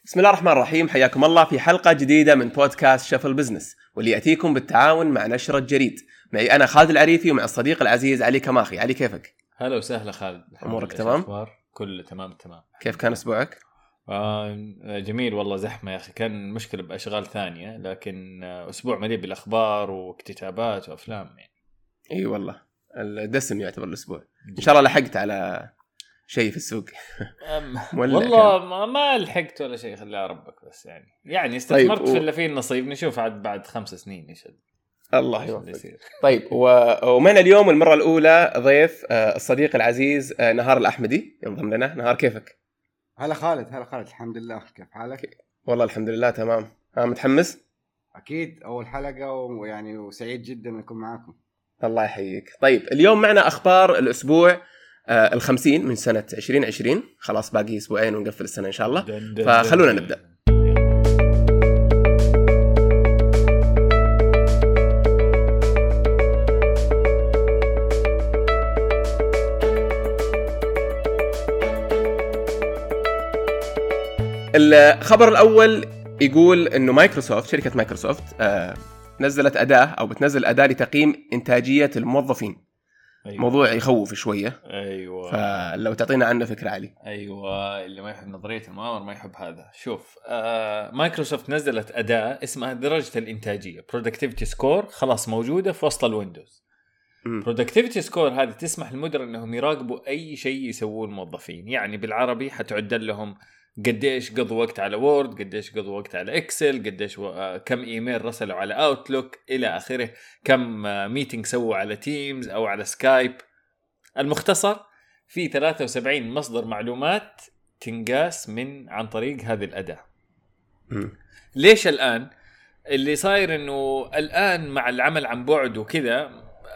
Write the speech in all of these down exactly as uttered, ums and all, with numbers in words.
بسم الله الرحمن الرحيم، حياكم الله في حلقة جديدة من بودكاست شفل بزنس، واللي يأتيكم بالتعاون مع نشرة جريد. معي أنا خالد العريفي ومع الصديق العزيز علي كماخي. علي كيفك؟ هلا وسهلا خالد. أمورك تمام؟ كل تمام تمام. كيف كان أسبوعك؟ آه جميل والله، زحمة يا أخي، كان مشكلة بأشغال ثانية، لكن أسبوع مليء بالأخبار وكتابات وأفلام يعني. إي والله الدسم يعتبر الأسبوع. إن شاء الله لحقت على شيء في السوق. والله ما, ما لحقت ولا شيء، خليها ربك بس يعني يعني استثمرت طيب و... في اللي فيه النصيب، نشوف عاد بعد خمس سنين إيش الله يوفقك. طيب و... ومعنا اليوم المرة الأولى ضيف الصديق العزيز نهار الأحمدي ينضم لنا. نهار كيفك؟ هلا خالد. هلا خالد، الحمد لله. كيف حالك؟ والله الحمد لله تمام. ها متحمس؟ أكيد أول حلقة ويعني وسعيد جدا أن أكون معاكم. الله يحييك. طيب اليوم معنا أخبار الأسبوع آه الخمسين من سنة عشرين عشرين، خلاص باقي أسبوعين ونقفل السنة إن شاء الله، فخلونا نبدأ. الخبر الأول يقول إنه مايكروسوفت، شركة مايكروسوفت آه نزلت أداة أو بتنزل أداة لتقييم إنتاجية الموظفين. أيوة. موضوع يخوف شوية. أيوة. فلو تعطينا عنه فكرة علي. أيوة، اللي ما يحب نظرية المؤامرة ما يحب هذا. شوف، آه مايكروسوفت نزلت أداة اسمها درجة الإنتاجية Productivity Score، خلاص موجودة في وسط الويندوز. م. Productivity Score هذه تسمح للمدراء أنهم يراقبوا أي شيء يسووه الموظفين، يعني بالعربي حتعدل لهم قديش قضوا وقت على وورد، قديش قضوا وقت على اكسل، قديش و... كم ايميل رسلوا على اوتلوك الى اخره، كم ميتينج سووا على تيمز او على سكايب. المختصر في ثلاثة وسبعين مصدر معلومات تنقاس من عن طريق هذه الأداة. م. ليش الآن اللي صاير انه الآن مع العمل عن بعد وكذا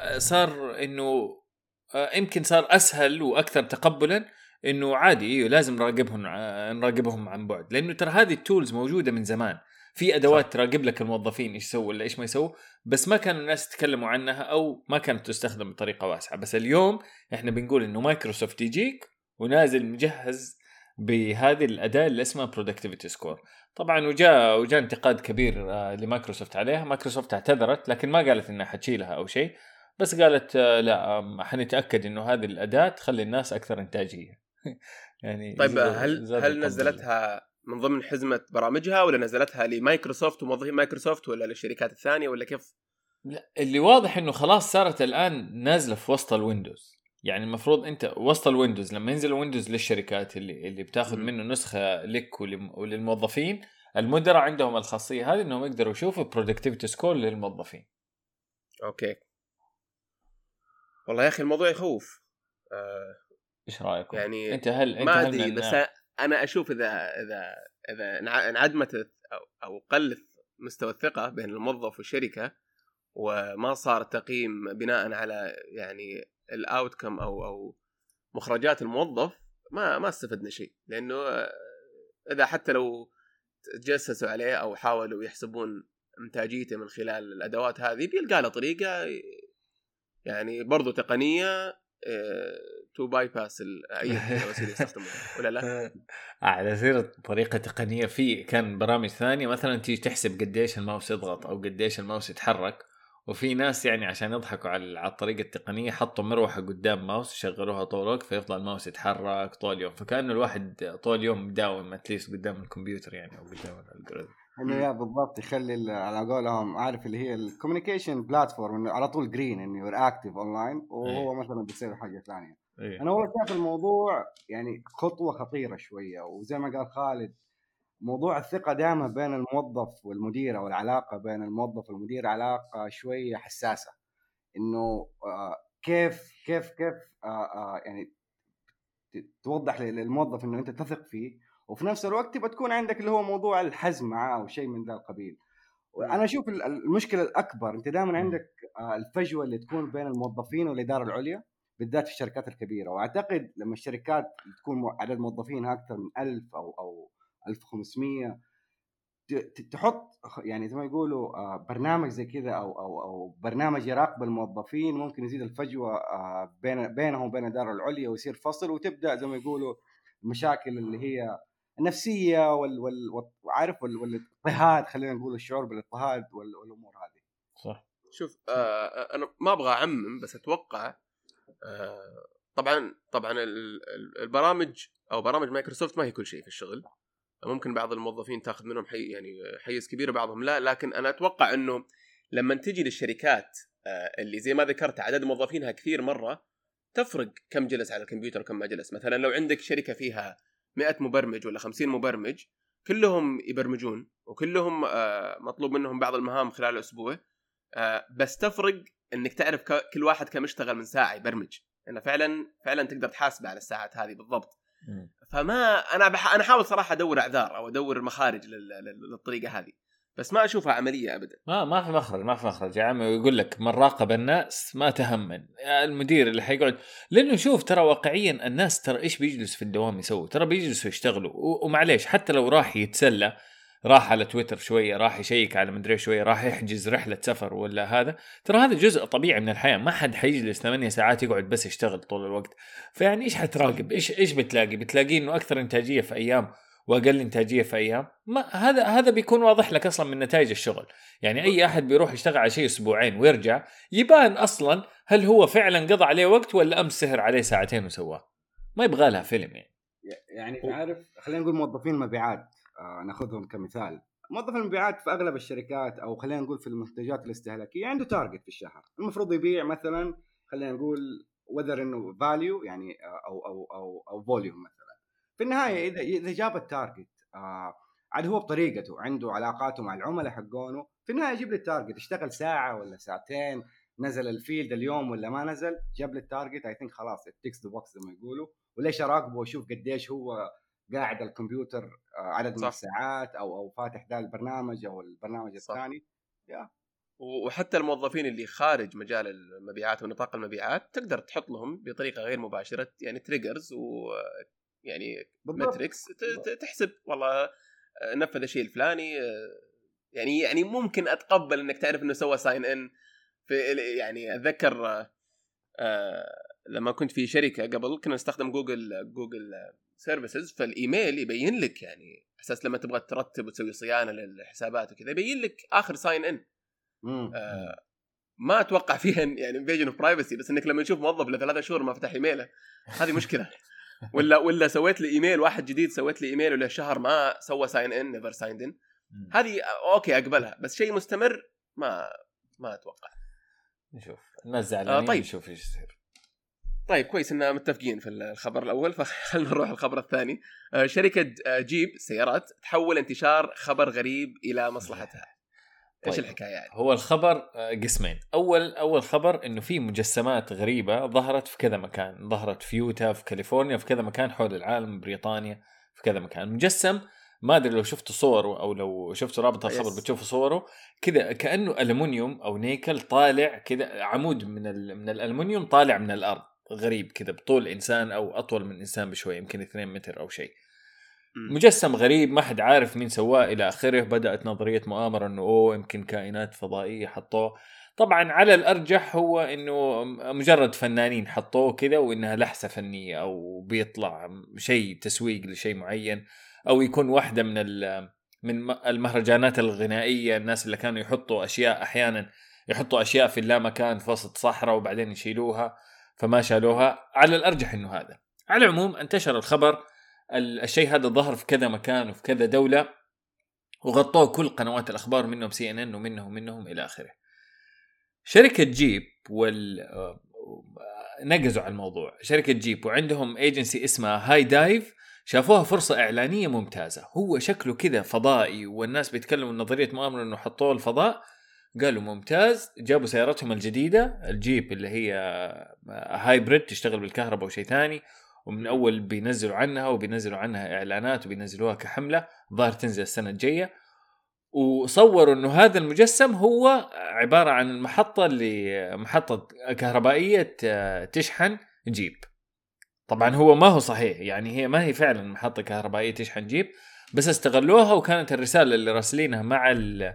صار انه يمكن صار اسهل واكثر تقبلا انه عادي ايوه لازم نراقبهم نراقبهم عن بعد، لانه ترى هذه التولز موجوده من زمان، في ادوات صح. تراقب لك الموظفين ايش يسووا ولا ايش ما يسووا، بس ما كانوا الناس يتكلموا عنها او ما كانت تستخدم بطريقه واسعه. بس اليوم احنا بنقول انه مايكروسوفت يجيك ونازل مجهز بهذه الاداه اللي اسمها Productivity Score. طبعا وجاء وجاء انتقاد كبير لمايكروسوفت عليها. مايكروسوفت اعتذرت لكن ما قالت انها حتشيلها او شيء، بس قالت لا حنتاكد انه هذه الاداه تخلي الناس اكثر انتاجيه. يعني طيب هل هل نزلتها من ضمن حزمة برامجها ولا نزلتها لمايكروسوفت وموظفين مايكروسوفت ولا للشركات الثانية ولا كيف؟ لا، اللي واضح انه خلاص صارت الان نازله في وسط الويندوز. يعني المفروض انت وسط الويندوز لما ينزل الويندوز للشركات اللي اللي بتاخذ منه نسخه لك وللموظفين، المدراء عندهم الخاصيه هذه انهم يقدروا يشوفوا productivity score للموظفين. اوكي والله يا اخي الموضوع يخوف. آه ايش رايكم يعني انت؟ هل انت ما ادري، بس انا اشوف اذا اذا اذا انعدمت او او قلت مستوى الثقه بين الموظف والشركه وما صار تقييم بناء على يعني الاوتكم او او مخرجات الموظف، ما ما استفدنا شيء. لانه اذا حتى لو تجسسوا عليه او حاولوا يحسبون انتاجيته من خلال الادوات هذه، بيلقى له طريقه يعني برضو تقنيه تو باي باس اي وسيله يستخدمها ولا لا. على سيرة طريقه تقنيه، في كان برامج ثانيه مثلا تيجي تحسب قديش الماوس يضغط او قديش الماوس يتحرك، وفي ناس يعني عشان يضحكوا على على الطريقه التقنيه حطوا مروحه قدام ماوس يشغلوها طول الوقت فيفضل الماوس يتحرك طول اليوم، فكانه الواحد طول اليوم مداوم اتليست قدام الكمبيوتر يعني او قدام الالجوريثم. انه يا بالضبط يخلي على قولهم عارف اللي هي الكوميونيكيشن بلاتفورم انه على طول جرين انه يور اكتيف اونلاين، وهو مثلا بيسوي حاجه ثانيه. انا والله شايف الموضوع يعني خطوه خطيره شويه، وزي ما قال خالد موضوع الثقه دائما بين الموظف والمدير او العلاقه بين الموظف والمدير علاقه شويه حساسه، انه آه كيف كيف كيف آه آه يعني توضح للموظف انه انت تثق فيه، وفي نفس الوقت بتكون عندك اللي هو موضوع الحزم معه او شيء من ذا القبيل. وانا اشوف المشكله الاكبر انت دائما عندك الفجوه اللي تكون بين الموظفين والاداره العليا بالذات في الشركات الكبيره. واعتقد لما الشركات تكون عدد موظفينها اكثر من ألف او او ألف وخمسمية تحط يعني زي ما يقولوا برنامج زي كذا او او او برنامج يراقب الموظفين، ممكن يزيد الفجوه بين بينهم وبين الاداره العليا ويصير فصل، وتبدا زي ما يقولوا المشاكل اللي هي النفسيه وال وال وعارف والاضطهاد، خلينا نقول الشعور بالاضطهاد والامور هذه. صح. شوف آه انا ما ابغى اعمم، بس اتوقع آه طبعا طبعا البرامج او برامج مايكروسوفت ما هي كل شيء في الشغل. ممكن بعض الموظفين تاخذ منهم حي يعني حيز كبير، بعضهم لا، لكن انا اتوقع انه لما تجي للشركات اللي زي ما ذكرت عدد موظفينها كثير مره، تفرق كم جلس على الكمبيوتر وكم ما جلس. مثلا لو عندك شركه فيها مئة مبرمج ولا خمسين مبرمج كلهم يبرمجون وكلهم مطلوب منهم بعض المهام خلال الاسبوع، بس تفرق انك تعرف كل واحد كم اشتغل من ساعه يبرمج، انه فعلا فعلا تقدر تحاسبه على الساعات هذه بالضبط. فما انا بح... انا احاول صراحه ادور اعذار او ادور مخارج لل... للطريقه هذه، بس ما اشوفها عمليه ابدا. ما ما في مخرج ما في مخرج يا عمي. ويقول لك من راقب الناس ما تهمن، المدير اللي حيقعد. لانه شوف ترى واقعيا الناس ترى ايش بيجلس في الدوام يسوي؟ ترى بيجلسوا يشتغلوا و... ومعليش حتى لو راح يتسلى، راح على تويتر شويه، راح يشيك على مدري شويه، راح يحجز رحله سفر ولا هذا، ترى هذا جزء طبيعي من الحياه. ما حد حيجلس ثمانية ساعات يقعد بس يشتغل طول الوقت. فيعني ايش حتراقب؟ ايش ايش بتلاقي؟ بتلاقي انه اكثر انتاجيه في ايام واقل انتاجيه في ايام. ما هذا هذا بيكون واضح لك اصلا من نتائج الشغل. يعني اي احد بيروح يشتغل على شيء اسبوعين ويرجع يبان اصلا هل هو فعلا قضى عليه وقت ولا امس سهر عليه ساعتين وسواه. ما يبغى لها فيلم يعني. يعني عارف خلينا نقول موظفين مبيعات، آه ناخذهم كمثال. موظف المبيعات في اغلب الشركات او خلينا نقول في المنتجات الاستهلاكيه عنده تارجت في الشهر، المفروض يبيع مثلا خلينا نقول whether انه فاليو يعني او او او او فوليوم مثلا. في النهايه اذا اذا جاب التارجت آه عاد هو بطريقته عنده علاقاته مع العملاء حقونه، في النهايه يجيب لي التارجت، اشتغل ساعه ولا ساعتين، نزل الفيلد اليوم ولا ما نزل، جاب لي التارجت. اي ثينك خلاص التكست بوكس زي ما يقولوا. وليش اراقبه واشوف قديش هو قاعد على الكمبيوتر عدد من الساعات او او فاتح ذا البرنامج او البرنامج الثاني. يا وحتى الموظفين اللي خارج مجال المبيعات ونطاق المبيعات تقدر تحط لهم بطريقه غير مباشره يعني تريجرز ويعني ماتريكس تحسب والله نفذ الشيء الفلاني. يعني يعني ممكن اتقبل انك تعرف انه سوى ساين ان في يعني اتذكر لما كنت في شركه قبل كنا نستخدم جوجل جوجل سيرفيسز، فالايميل يبين لك يعني اساس لما تبغى ترتب وتسوي صيانه للحسابات وكذا يبين لك اخر ساين ان. آه ما اتوقع فيها يعني انفيجن اوف برايفسي، بس انك لما تشوف موظف لثلاثة شهور ما فتح ايميله هذه مشكله. ولا ولا سويت لي ايميل واحد جديد، سويت لي ايميل ولا شهر ما سوى ساين ان نيفر سايند ان، هذه اوكي اقبلها، بس شيء مستمر ما ما اتوقع. نشوف الناس زعلانين. آه طيب. نشوف ايش يصير. طيب كويس اننا متفقين في الخبر الاول، فخلنا نروح الخبر الثاني. آه شركه جيب سيارات تحول انتشار خبر غريب الى مصلحتها. ايش طيب. الحكايه يعني؟ هو الخبر قسمين. اول اول خبر انه في مجسمات غريبه ظهرت في كذا مكان، ظهرت في يوتا، في كاليفورنيا، في كذا مكان حول العالم، بريطانيا، في كذا مكان. مجسم ما ادري لو شفتوا صوره او لو شفتوا رابط الخبر بتشوفوا صوره كذا كانه ألمنيوم او نيكل طالع كذا، عمود من ال... من الألمنيوم طالع من الارض، غريب كذا بطول انسان او اطول من انسان بشويه، يمكن اثنين متر او شيء. مجسم غريب ما حد عارف مين سواه الى اخره. بدات نظريه مؤامره انه اوه يمكن كائنات فضائيه حطوه. طبعا على الارجح هو انه مجرد فنانين حطوه كذا وانها لحسه فنيه او بيطلع شيء تسويق لشيء معين، او يكون واحده من من المهرجانات الغنائيه، الناس اللي كانوا يحطوا اشياء احيانا يحطوا اشياء في اللامكان في وسط صحراء وبعدين يشيلوها فما شالوها. على الارجح انه هذا. على العموم انتشر الخبر، الشيء هذا ظهر في كذا مكان وفي كذا دولة، وغطوه كل قنوات الأخبار منهم سي إن إن ومنهم منهم إلى آخره. شركة جيب وال نقزوا على الموضوع. شركة جيب وعندهم ايجنسي اسمها هاي دايف شافوها فرصة إعلانية ممتازة. هو شكله كذا فضائي والناس بيتكلموا نظرية مؤامرة إنه حطوه الفضاء، قالوا ممتاز. جابوا سيارتهم الجديدة الجيب اللي هي هايبريد تشتغل بالكهرباء وشيء ثاني، ومن أول بينزلوا عنها وبينزلوا عنها إعلانات وبينزلوها كحملة ظاهر تنزل السنة الجاية. وصوروا إنه هذا المجسم هو عبارة عن المحطة اللي محطة كهربائية تشحن جيب. طبعا هو ما هو صحيح، يعني هي ما هي فعلا محطة كهربائية تشحن جيب، بس استغلوها وكانت الرسالة اللي راسلينها مع ال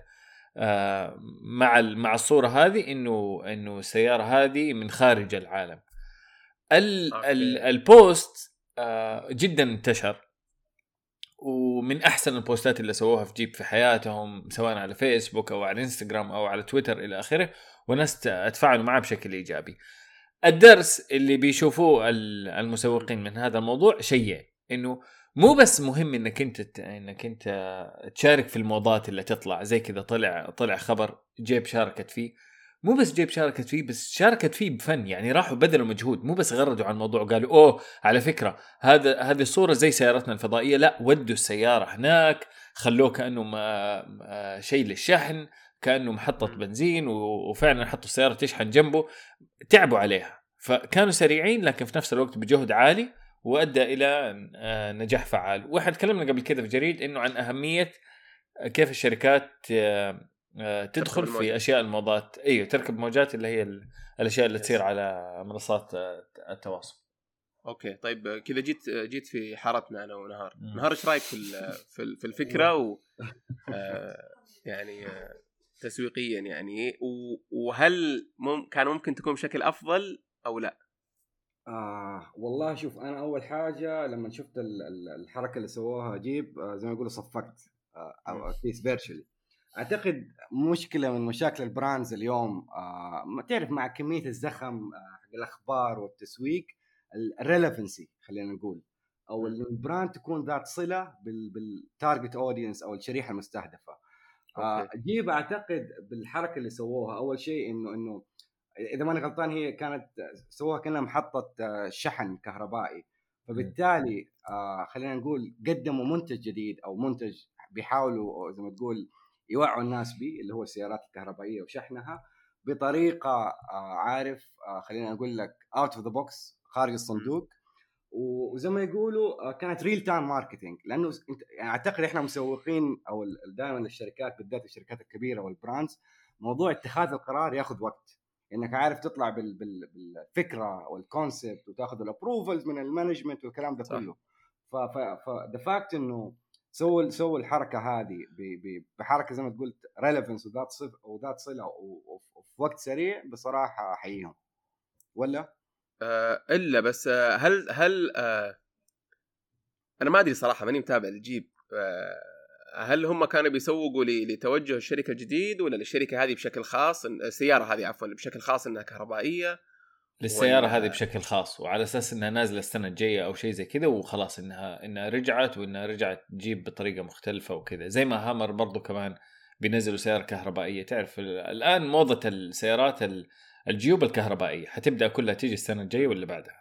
مع ال مع الصورة هذه إنه إنه السيارة هذه من خارج العالم. ال ال البوست جدا انتشر ومن احسن البوستات اللي سووها في جيب في حياتهم، سواء على فيسبوك او على انستغرام او على تويتر الى اخره، وناس تفاعلوا معه بشكل ايجابي. الدرس اللي بيشوفوه المسوقين من هذا الموضوع شيئين، انه مو بس مهم انك انت انك انت تشارك في الموضات اللي تطلع زي كذا. طلع طلع خبر جيب شاركت فيه، مو بس جيب شاركت فيه، بس شاركت فيه بفن. يعني راحوا بذلوا مجهود، مو بس غردوا عن الموضوع قالوا اوه على فكرة هذا هذه الصورة زي سيارتنا الفضائية، لا ودوا السيارة هناك، خلوه كأنه ما شيء للشحن، كأنه محطة بنزين، وفعلا حطوا السيارة تشحن جنبه. تعبوا عليها، فكانوا سريعين لكن في نفس الوقت بجهد عالي، وأدى إلى نجاح فعال. واحد تكلمنا قبل كده في جريد إنه عن أهمية كيف الشركات تدخل في أشياء الموضات، أيوة تركب موجات اللي هي الأشياء اللي تصير على منصات التواصل. أوكي طيب كذا جيت جيت في حارتنا أنا ونهار. نهار إيش رأيك في في الفكرة و يعني تسويقيا يعني، وهل مم كان ممكن تكون بشكل أفضل أو لا؟ آه والله شوف، أنا أول حاجة لما شفت الحركة اللي سووها جيب آه زي ما يقولوا صفقت آه أو كيس فيرتشولي. أعتقد مشكلة من مشاكل البراندز اليوم آه ما تعرف مع كمية الزخم آه حق الأخبار والتسويق، الريليفنسي خلينا نقول، أو البراند تكون ذات صلة بالتارجت أودينس أو الشريحة المستهدفة. آه جيب أعتقد بالحركة اللي سووها أول شيء إنه إنه إذا ما أنا غلطان هي كانت سووها كأنها محطة شحن كهربائي، فبالتالي آه خلينا نقول قدموا منتج جديد أو منتج بيحاولوا زي ما تقول يوعوا الناس به، اللي هو السيارات الكهربائية وشحنها بطريقة آه عارف آه خلينا نقول لك out of the box، خارج الصندوق. وزي ما يقولوا كانت ريل تايم ماركتينج، لانه يعني اعتقد احنا مسوقين او دائما الشركات بالذات الشركات الكبيره والبراندز موضوع اتخاذ القرار ياخذ وقت، انك عارف تطلع بال بال بالفكره والكونسبت وتاخذ الابروفلز من المانجمنت والكلام ده كله. ف ف ذا فاكت انه سووا سووا الحركه هذه بحركه زي ما تقول ريليفنس وذات صف وذات صله وفي وقت سريع، بصراحه احييهم. ولا آه الا بس آه هل هل آه انا ما ادري صراحه ماني متابع الجيب. آه هل هم كانوا بيسوقوا لتوجه الشركه الجديد ولا للشركه هذه بشكل خاص، السياره هذه عفوا بشكل خاص انها كهربائيه؟ للسياره ولا... هذه بشكل خاص، وعلى اساس انها نازله السنه الجايه او شيء زي كذا، وخلاص انها انها رجعت وانها رجعت تجيب بطريقه مختلفه وكذا. زي ما هامر برضو كمان بينزلوا سياره كهربائيه. تعرف الان موضه السيارات الجيوب الكهربائيه حتبدا كلها تيجي السنه الجايه واللي بعدها.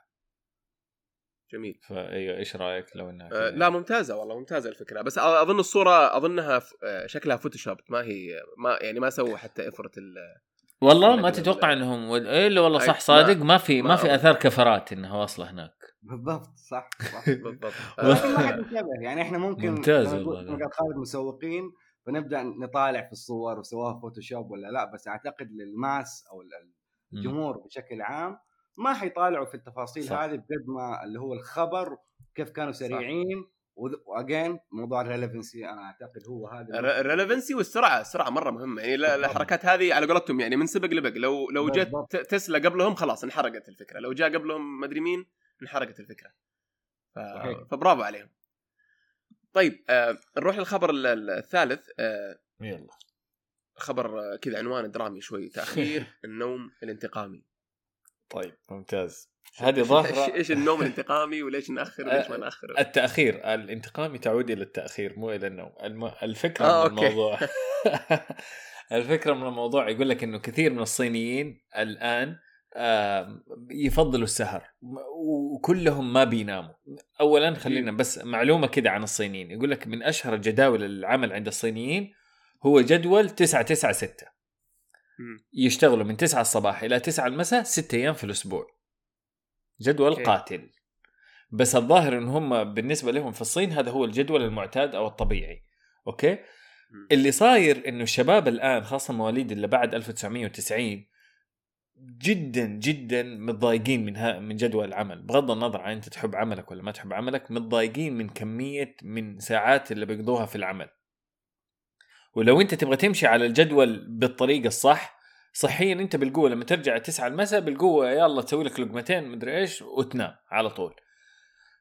جميل. فايوه ايش رايك لو انها أه لا ممتازه والله، ممتازه الفكره، بس اظن الصوره اظنها شكلها فوتوشوب، ما هي ما يعني ما سووا حتى افرت ال والله ما تتوقع انهم ايه اللي والله صح صادق، ما في ما, ما في اثار كفرات انها واصله هناك. بالضبط صح صح بالضبط. لكن ما حد ينتبه يعني، احنا ممكن نقول خالد مسوقين فنبدا نطالع في الصور وسواها فوتوشوب ولا لا، بس اعتقد للماس او الجمهور بشكل عام ما حيطالعوا في التفاصيل صح. هذه بقد ما اللي هو الخبر كيف كانوا سريعين. واجين موضوع الريليفنسي انا اعتقد هو هذا الريليفنسي والسرعه. السرعه مره مهمه يعني. الحركات هذه على قولتهم يعني من سبق لبق. لو لو جت تسلا قبلهم خلاص انحرقت الفكره، لو جاء قبلهم ما ادري مين انحرقت الفكره. ف... فبرافو عليهم. طيب آه نروح للخبر الثالث. آه يلا خبر كذا عنوان درامي شوي، تاخير النوم الانتقامي. طيب ممتاز. هذه ظاهرة ايش النوم الانتقامي وليش نأخر وليش ما نأخر؟ التأخير الانتقامي تعود إلى التأخير مو إلى النوم. الم... الفكرة آه، من الموضوع الفكرة من الموضوع يقول لك إنه كثير من الصينيين الآن آه يفضلوا السهر وكلهم ما بيناموا. أولا خلينا بس معلومة كده عن الصينيين. يقول لك من أشهر جداول العمل عند الصينيين هو جدول تسعة تسعة ستة. يشتغلوا من تسعة الصباح إلى تسعة المساء ستة أيام في الأسبوع. جدول okay. قاتل. بس الظاهر إن هم بالنسبة لهم في الصين هذا هو الجدول المعتاد أو الطبيعي. أوكي. م. اللي صاير إنه الشباب الآن خاصة مواليد اللي بعد ألف وتسعمية وتسعين جدا جدا متضايقين من ها من جدول العمل، بغض النظر عن أنت تحب عملك ولا ما تحب عملك، متضايقين من كمية من ساعات اللي بيقضوها في العمل. ولو أنت تبغى تمشي على الجدول بالطريقة الصح صحيا انت بالقوه لما ترجع تسعة المساء بالقوه يلا تسوي لك لقمتين مدري ايش وتنام على طول.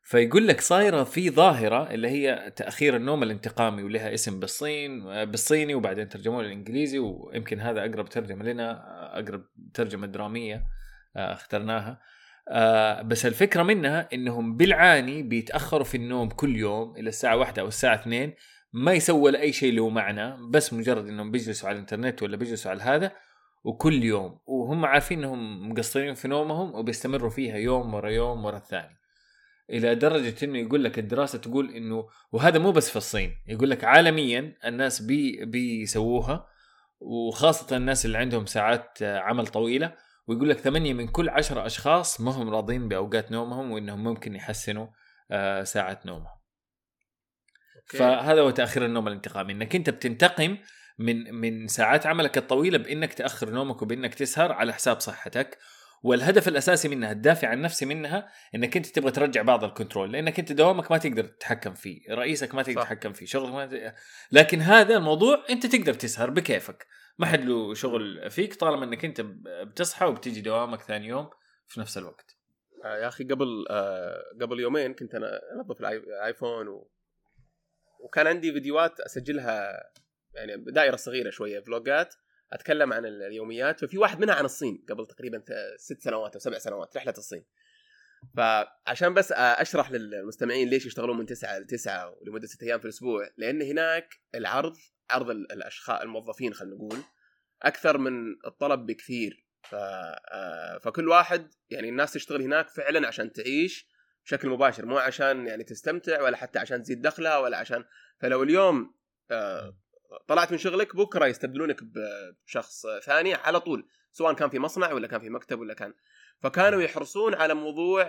فيقول لك صايره في ظاهره اللي هي تاخير النوم الانتقامي، ولها اسم بالصين بالصيني وبعدين ترجموه للانجليزي، ويمكن هذا اقرب ترجمه لنا، اقرب ترجمه دراميه اخترناها. بس الفكره منها انهم بالعاني بيتاخروا في النوم كل يوم الى الساعه واحدة او الساعه اثنين، ما يسووا لاي شيء له معنى، بس مجرد انهم بيجلسوا على الانترنت ولا بيجلسوا على هذا وكل يوم، وهم عارفين انهم مقصرين في نومهم وبيستمروا فيها يوم ورا يوم ورا الثاني، الى درجه انه يقول لك الدراسه تقول انه، وهذا مو بس في الصين، يقول لك عالميا الناس بي بيسووها، وخاصه الناس اللي عندهم ساعات عمل طويله، ويقول لك ثمانية من كل عشرة اشخاص ما هم راضين باوقات نومهم، وانهم ممكن يحسنوا ساعه نومهم. أوكي. فهذا هو تاخير النوم الانتقامي، انك انت بتنتقم من من ساعات عملك الطويله بانك تاخر نومك وبانك تسهر على حساب صحتك. والهدف الاساسي منها، الدافع النفسي منها، انك انت تبغى ترجع بعض الكنترول، لانك انت دوامك ما تقدر تتحكم فيه، رئيسك ما تقدر تتحكم فيه، شغلك ما ت... لكن هذا الموضوع انت تقدر تسهر بكيفك، ما حد له شغل فيك طالما انك انت بتصحى وبتيجي دوامك ثاني يوم في نفس الوقت. آه يا اخي قبل آه قبل يومين كنت انا انظف الايفون و... وكان عندي فيديوهات اسجلها، يعني دائره صغيره شويه فلوجات اتكلم عن اليوميات، ففي واحد منها عن الصين قبل تقريبا ست سنوات او سبع سنوات، رحله الصين. فعشان بس اشرح للمستمعين ليش يشتغلون من تسعة لتسعة ولمده ستة ايام في الاسبوع، لان هناك العرض عرض الاشخاص الموظفين خلينا نقول اكثر من الطلب بكثير. ف... فكل واحد يعني الناس تشتغل هناك فعلا عشان تعيش بشكل مباشر، مو عشان يعني تستمتع ولا حتى عشان تزيد دخلها ولا عشان، فلو اليوم طلعت من شغلك بكره يستبدلونك بشخص ثاني على طول، سواء كان في مصنع ولا كان في مكتب ولا كان. فكانوا يحرصون على موضوع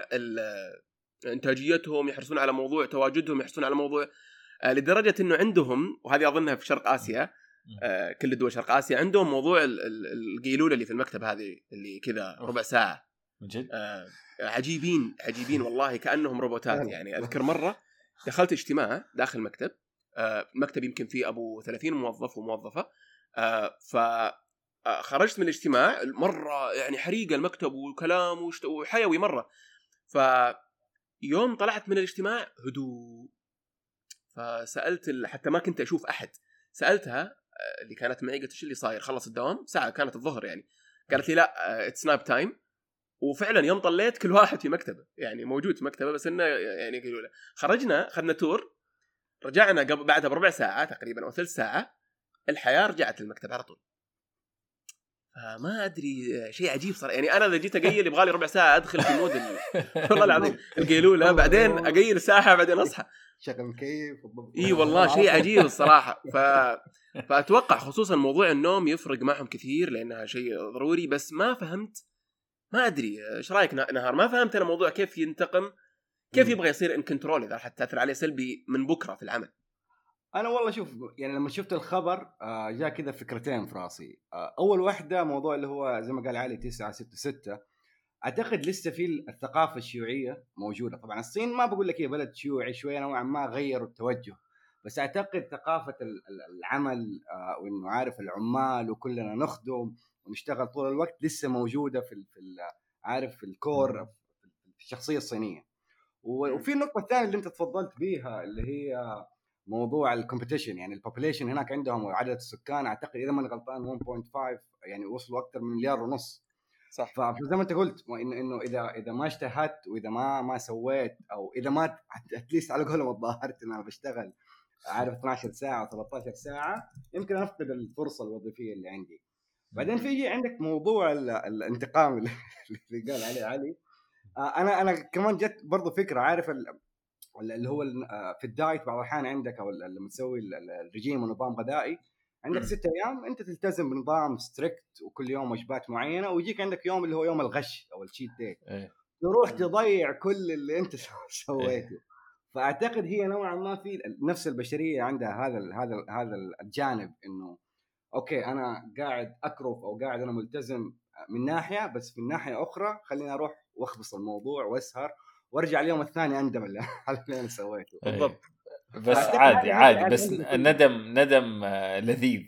انتاجيتهم، يحرصون على موضوع تواجدهم، يحرصون على موضوع لدرجه انه عندهم، وهذه اظنها في شرق اسيا، كل دول شرق اسيا عندهم موضوع القيلوله اللي في المكتب هذه اللي كذا ربع ساعه من جد عجيبين عجيبين والله كانهم روبوتات. يعني اذكر مره دخلت اجتماع داخل المكتب، مكتب يمكن فيه أبو ثلاثين موظف وموظفة، فخرجت من الاجتماع مرة يعني حريقة المكتب وكلام وحيوي مرة. فيوم طلعت من الاجتماع هدوء، فسألت حتى ما كنت أشوف أحد، سألتها اللي كانت معي قلت إيش اللي صاير، خلص الدوام ساعة كانت الظهر يعني، قالت لي لا اتس ناب تايم. وفعلا يوم طليت كل واحد في مكتبه، يعني موجود في مكتبه بس إنه يعني خرجنا خدنا تور، رجعنا قبل بعدها بربع ساعة تقريبا أو ثلث ساعة الحياة رجعت للمكتب على طول. فما أدري شيء عجيب صار، يعني أنا إذا جيت أقيل يبغالي ربع ساعة أدخل في مود والله العظيم القيلولة، بعدين أقيل ساعة بعدين أصحى شغل كيف. إيه والله شيء عجيب الصراحة. ف... فأتوقع خصوصا موضوع النوم يفرق معهم كثير لأنها شيء ضروري. بس ما فهمت، ما أدري إيش رأيك نهار، ما فهمت أنا موضوع كيف ينتقم، كيف يبغى يصير ان كنترول اذا حتى تاثر عليه سلبي من بكره في العمل. انا والله شوف، يعني لما شفت الخبر جاء كذا فكرتين في راسي. اول واحده موضوع اللي هو زي ما قال علي تسعة ستة ستة، اعتقد لسه في الثقافه الشيوعيه موجوده. طبعا الصين ما بقول لك هي بلد شيوعي شويه نوعا ما غيروا التوجه، بس اعتقد ثقافه العمل وانه عارف العمال وكلنا نخدم ونشتغل طول الوقت لسه موجوده في عارف في الكور في الشخصيه الصينية. وفي النقطة الثانية اللي انت تفضلت بيها اللي هي موضوع الكومبيتيشن، يعني البوبوليشن هناك عندهم وعدد السكان اعتقد اذا ما غلطان واحد فاصلة خمسة، يعني وصلوا اكثر من مليار ونص. صح. فزي ما انت قلت انه انه اذا اذا ما اجتهدت واذا ما ما سويت او اذا ما اتليست على قولهم اتظاهرت ان انا بشتغل عارف اثنتي عشرة ساعة ثلاثة عشر ساعة، يمكن افقد الفرصة الوظيفية اللي عندي. بعدين في عندك موضوع الانتقام اللي قال عليه علي. انا انا كمان جت برضو فكره، عارف اللي هو في الدايت بعض الاحيان عندك او لما تسوي الرجيم ونظام غذائي عندك ستة ايام انت تلتزم بنظام ستريكت وكل يوم وجبات معينه، ويجيك عندك يوم اللي هو يوم الغش او الشيت داي، تروح تضيع كل اللي انت سويته. فاعتقد هي نوعا ما في نفس البشريه عندها هذا هذا هذا الجانب، انه اوكي انا قاعد اكرف او قاعد انا ملتزم من ناحيه، بس في الناحيه اخرى خليني اروح واخبص الموضوع واسهر وارجع اليوم الثاني اندم على اللي انا سويته. بالضبط. بس عادي عادي بس ندم ندم لذيذ.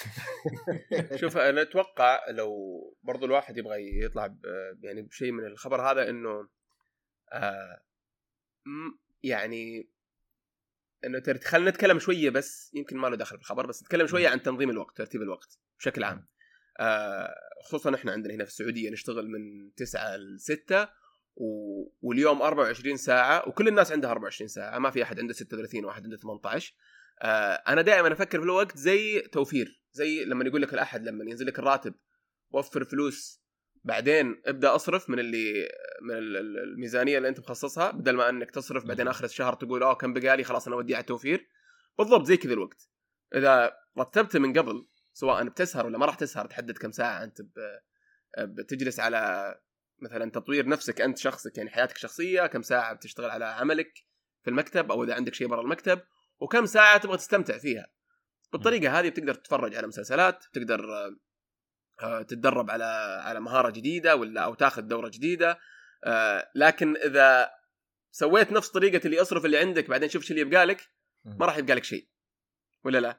شوف انا اتوقع لو برضو الواحد يبغى يطلع يعني بشيء من الخبر هذا، انه آه يعني انه خلينا نتكلم شويه بس يمكن ما له دخل بالخبر بس نتكلم شويه عن تنظيم الوقت ترتيب الوقت بشكل عام. آه خصوصا احنا عندنا هنا في السعوديه نشتغل من تسعة ل ستة و... واليوم أربعة وعشرين ساعه وكل الناس عندها أربعة وعشرين ساعه ما في احد عنده ستة وثلاثين وواحد عنده ثمانية عشر. آه انا دائما افكر في الوقت زي توفير زي لما يقول لك الاحد لما ينزل لك الراتب وفر فلوس بعدين ابدا اصرف من اللي من الميزانيه اللي انت مخصصها بدل ما انك تصرف بعدين اخر الشهر تقول اه كم بقالي خلاص انا اودي على التوفير. بالضبط زي كذا الوقت اذا رتبت من قبل سواء بتسهر ولا ما راح تسهر تحدد كم ساعه انت بتجلس على مثلا تطوير نفسك انت شخصك يعني حياتك الشخصيه كم ساعه بتشتغل على عملك في المكتب او اذا عندك شيء برا المكتب وكم ساعه تبغى تستمتع فيها. بالطريقه هذه بتقدر تتفرج على مسلسلات تقدر تتدرب على على مهارة جديدة ولا أو تاخذ دورة جديدة. آه لكن إذا سويت نفس طريقة اللي أصرف اللي عندك بعدين شوف شو اللي يبقى لك ما راح يبقى لك شيء ولا لا؟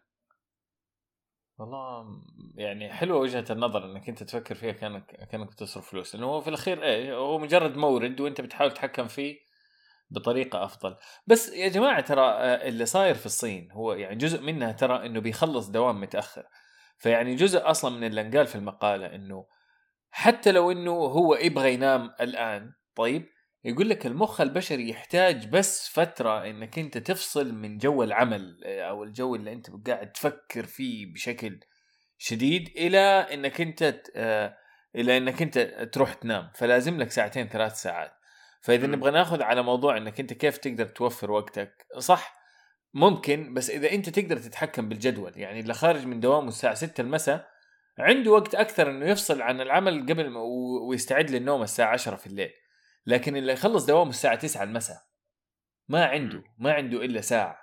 والله يعني حلوة وجهة النظر إنك أنت تفكر فيها كأنك كأنك تصرف فلوس لأنه هو في الأخير إيه هو مجرد مورد وأنت بتحاول تتحكم فيه بطريقة أفضل. بس يا جماعة ترى اللي صاير في الصين هو يعني جزء منها ترى إنه بيخلص دوام متأخر. فيعني جزء أصلا من اللي قال في المقالة إنه حتى لو إنه هو يبغى ينام الآن طيب يقول لك المخ البشري يحتاج بس فترة إنك أنت تفصل من جو العمل أو الجو اللي أنت قاعد تفكر فيه بشكل شديد إلى إنك أنت آه إلى إنك أنت تروح تنام. فلازم لك ساعتين ثلاث ساعات. فإذا نبغى ناخذ على موضوع إنك أنت كيف تقدر توفر وقتك صح ممكن بس إذا أنت تقدر تتحكم بالجدول يعني اللي خارج من دوامه الساعة ستة المساء عنده وقت أكثر إنه يفصل عن العمل قبل ما ويستعد للنوم الساعة عشرة في الليل. لكن اللي يخلص دوامه الساعة تسعة المساء ما عنده ما عنده إلا ساعة.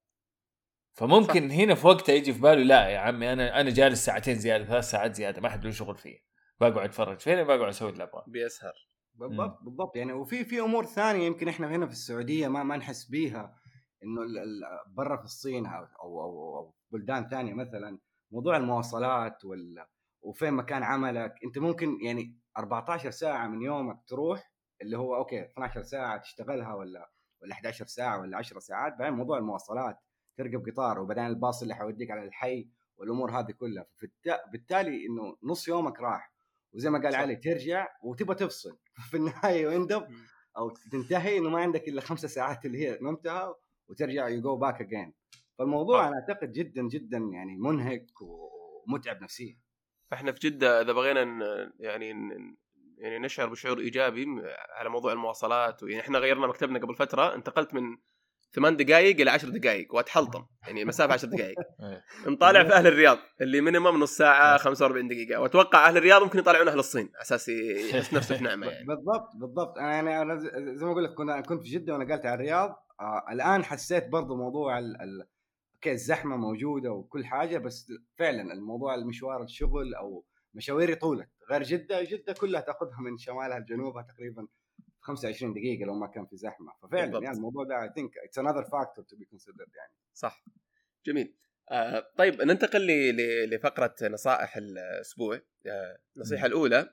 فممكن صح. هنا في وقته يجي في باله لا يا عمي أنا أنا جالس ساعتين زيادة ثلاث ساعات زيادة ما حد له شغل فيه بقعد أتفرج فين بقعد أسوي اللي أبغاه بيسهر. بالضبط بالضبط يعني وفي في أمور ثانية يمكن إحنا هنا في السعودية ما ما نحس بيها إنه برا في الصين أو أو أو بلدان ثانية مثلا موضوع المواصلات وال وفين مكان عملك أنت ممكن يعني أربعة عشر ساعة من يومك تروح اللي هو أوكي اثنا عشر ساعة تشتغلها ولا ولا إحدى عشرة ساعة ولا عشر ساعات بعدين موضوع المواصلات تركب قطار وبعدين الباص اللي حيوديك على الحي والأمور هذه كلها بالتالي إنه نص يومك راح وزي ما قال علي ترجع وتبغى تفصل في النهاية ويندب أو تنتهي إنه ما عندك إلا خمسة ساعات اللي هي نمتها وترجع you go back again. فالموضوع أنا أعتقد جدا جدا يعني منهك ومتعب نفسيا. فإحنا في جدة إذا بغينا يعني يعني نشعر بشعور إيجابي على موضوع المواصلات ويعني إحنا غيرنا مكتبنا قبل فترة انتقلت من ثمان دقائق إلى عشر دقائق وأتحلطم يعني مسافة عشر دقائق. نطالع في أهل الرياض اللي مينيمم نص ساعة خمسة وأربعين دقيقة وأتوقع أهل الرياض ممكن يطالعون أهل الصين أساسي يحس نفسه في نعمة يعني. بالضبط بالضبط أنا يعني أنا زي ما أقول لك كنت كنت في جدة ونقلت على الرياض. آه الآن حسيت برضو موضوع ال ال كيف الزحمة موجودة وكل حاجة بس فعلا الموضوع المشوار الشغل أو مشاويري طولت غير جدة جدة كلها تأخذها من شمالها لجنوبها تقريبا خمسة وعشرين دقيقة لو ما كان في زحمة. ففعلا بالضبط. يعني الموضوع ده I think it's another factor to be considered يعني. صح جميل. آه طيب ننتقل لفقرة نصائح الأسبوع. آه نصيحة الأولى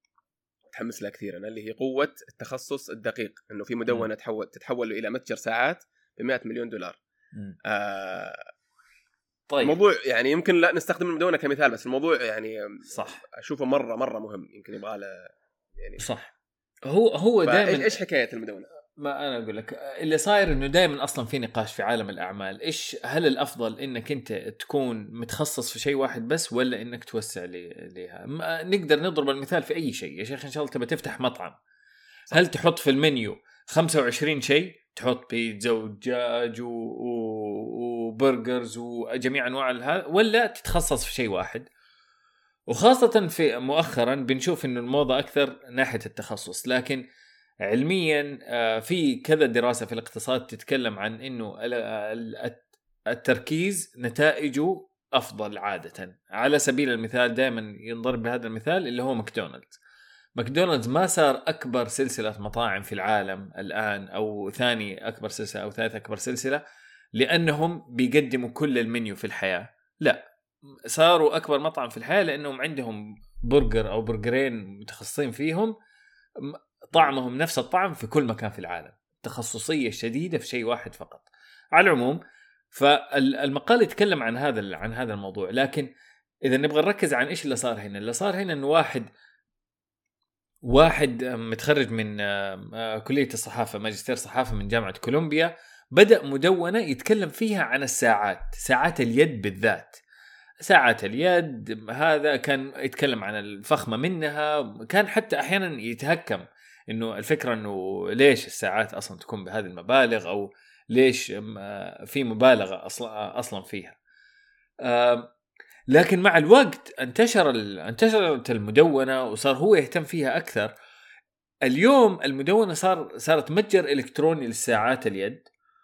تحمس لها كثير أنا اللي هي قوة التخصص الدقيق إنه في مدونة تحول تتحول إلى متجر ساعات بمئة مليون دولار. آه طيب الموضوع يعني يمكن لا نستخدم المدونة كمثال بس الموضوع يعني صح أشوفه مرة مرة مهم يمكن يبغى له يعني صح. هو هو دائما ايش حكايه المدونه؟ ما انا اقول لك اللي صاير انه دائما اصلا في نقاش في عالم الاعمال ايش هل الافضل انك انت تكون متخصص في شيء واحد بس ولا انك توسع لها. نقدر نضرب المثال في اي شيء يا شيخ ان شاء الله تبى تفتح مطعم صح. هل تحط في المنيو خمسة وعشرين شيء تحط بيتزا ودجاج وبرجرز وجميع انواع هذا ولا تتخصص في شيء واحد؟ وخاصة في مؤخرا بنشوف إنه الموضة أكثر ناحية التخصص. لكن علميا في كذا دراسة في الاقتصاد تتكلم عن إنه التركيز نتائجه أفضل عادة. على سبيل المثال دائما ينضرب بهذا المثال اللي هو ماكدونالدز. ماكدونالدز ما صار أكبر سلسلة مطاعم في العالم الآن أو ثاني أكبر سلسلة أو ثالث أكبر سلسلة لأنهم بيقدموا كل المنيو في الحياة. لا صاروا أكبر مطعم في الحياة لأنهم عندهم برجر أو برجرين متخصصين فيهم طعمهم نفس الطعم في كل مكان في العالم. التخصصيه الشديده في شيء واحد فقط. على العموم فالمقال يتكلم عن هذا عن هذا الموضوع، لكن اذا نبغى نركز عن ايش اللي صار هنا، اللي صار هنا انه واحد واحد متخرج من كليه الصحافه، ماجستير صحافه من جامعه كولومبيا، بدأ مدونة يتكلم فيها عن الساعات، ساعات اليد بالذات. ساعات اليد هذا كان يتكلم عن الفخمة منها، كان حتى أحيانا يتهكم إنه الفكرة إنه ليش الساعات أصلا تكون بهذه المبالغ، أو ليش في مبالغة أصلا أصلا فيها. لكن مع الوقت انتشر انتشرت المدونة وصار هو يهتم فيها أكثر. اليوم المدونة صار صارت متجر إلكتروني للساعات اليد،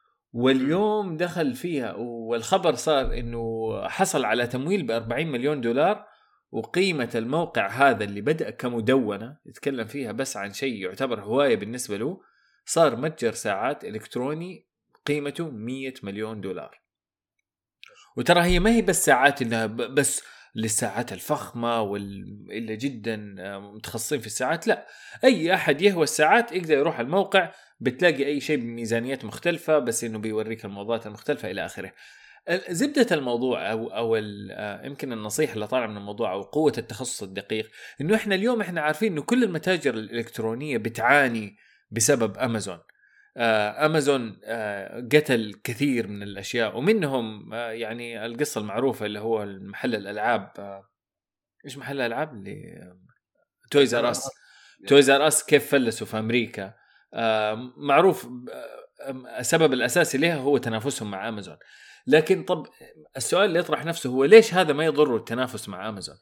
واليوم دخل فيها، والخبر صار إنه حصل على تمويل بأربعين مليون دولار، وقيمة الموقع هذا اللي بدأ كمدونة يتكلم فيها بس عن شيء يعتبر هواية بالنسبة له، صار متجر ساعات إلكتروني قيمته مية مليون دولار. وترى هي ما هي بس ساعات إنها بس للساعات الفخمة واللي جدا متخصصين في الساعات، لا، أي أحد يهوى الساعات يقدر يروح الموقع، بتلاقي أي شيء بميزانيات مختلفة، بس إنه بيوريك الموضوعات المختلفة إلى آخره. زبدة الموضوع أو أو يمكن النصيحة اللي طالعة من الموضوع أو قوة التخصص الدقيق، إنه إحنا اليوم إحنا عارفين إنه كل المتاجر الإلكترونية بتعاني بسبب أمازون. أمازون قتل كثير من الأشياء، ومنهم يعني القصة المعروفة اللي هو المحل الألعاب، إيش محل الألعاب اللي تويز آر أس. تويز آر أس كيف فلسوا في أمريكا، معروف السبب الأساسي لها هو تنافسهم مع أمازون. لكن طب السؤال اللي يطرح نفسه هو ليش هذا ما يضر التنافس مع أمازون؟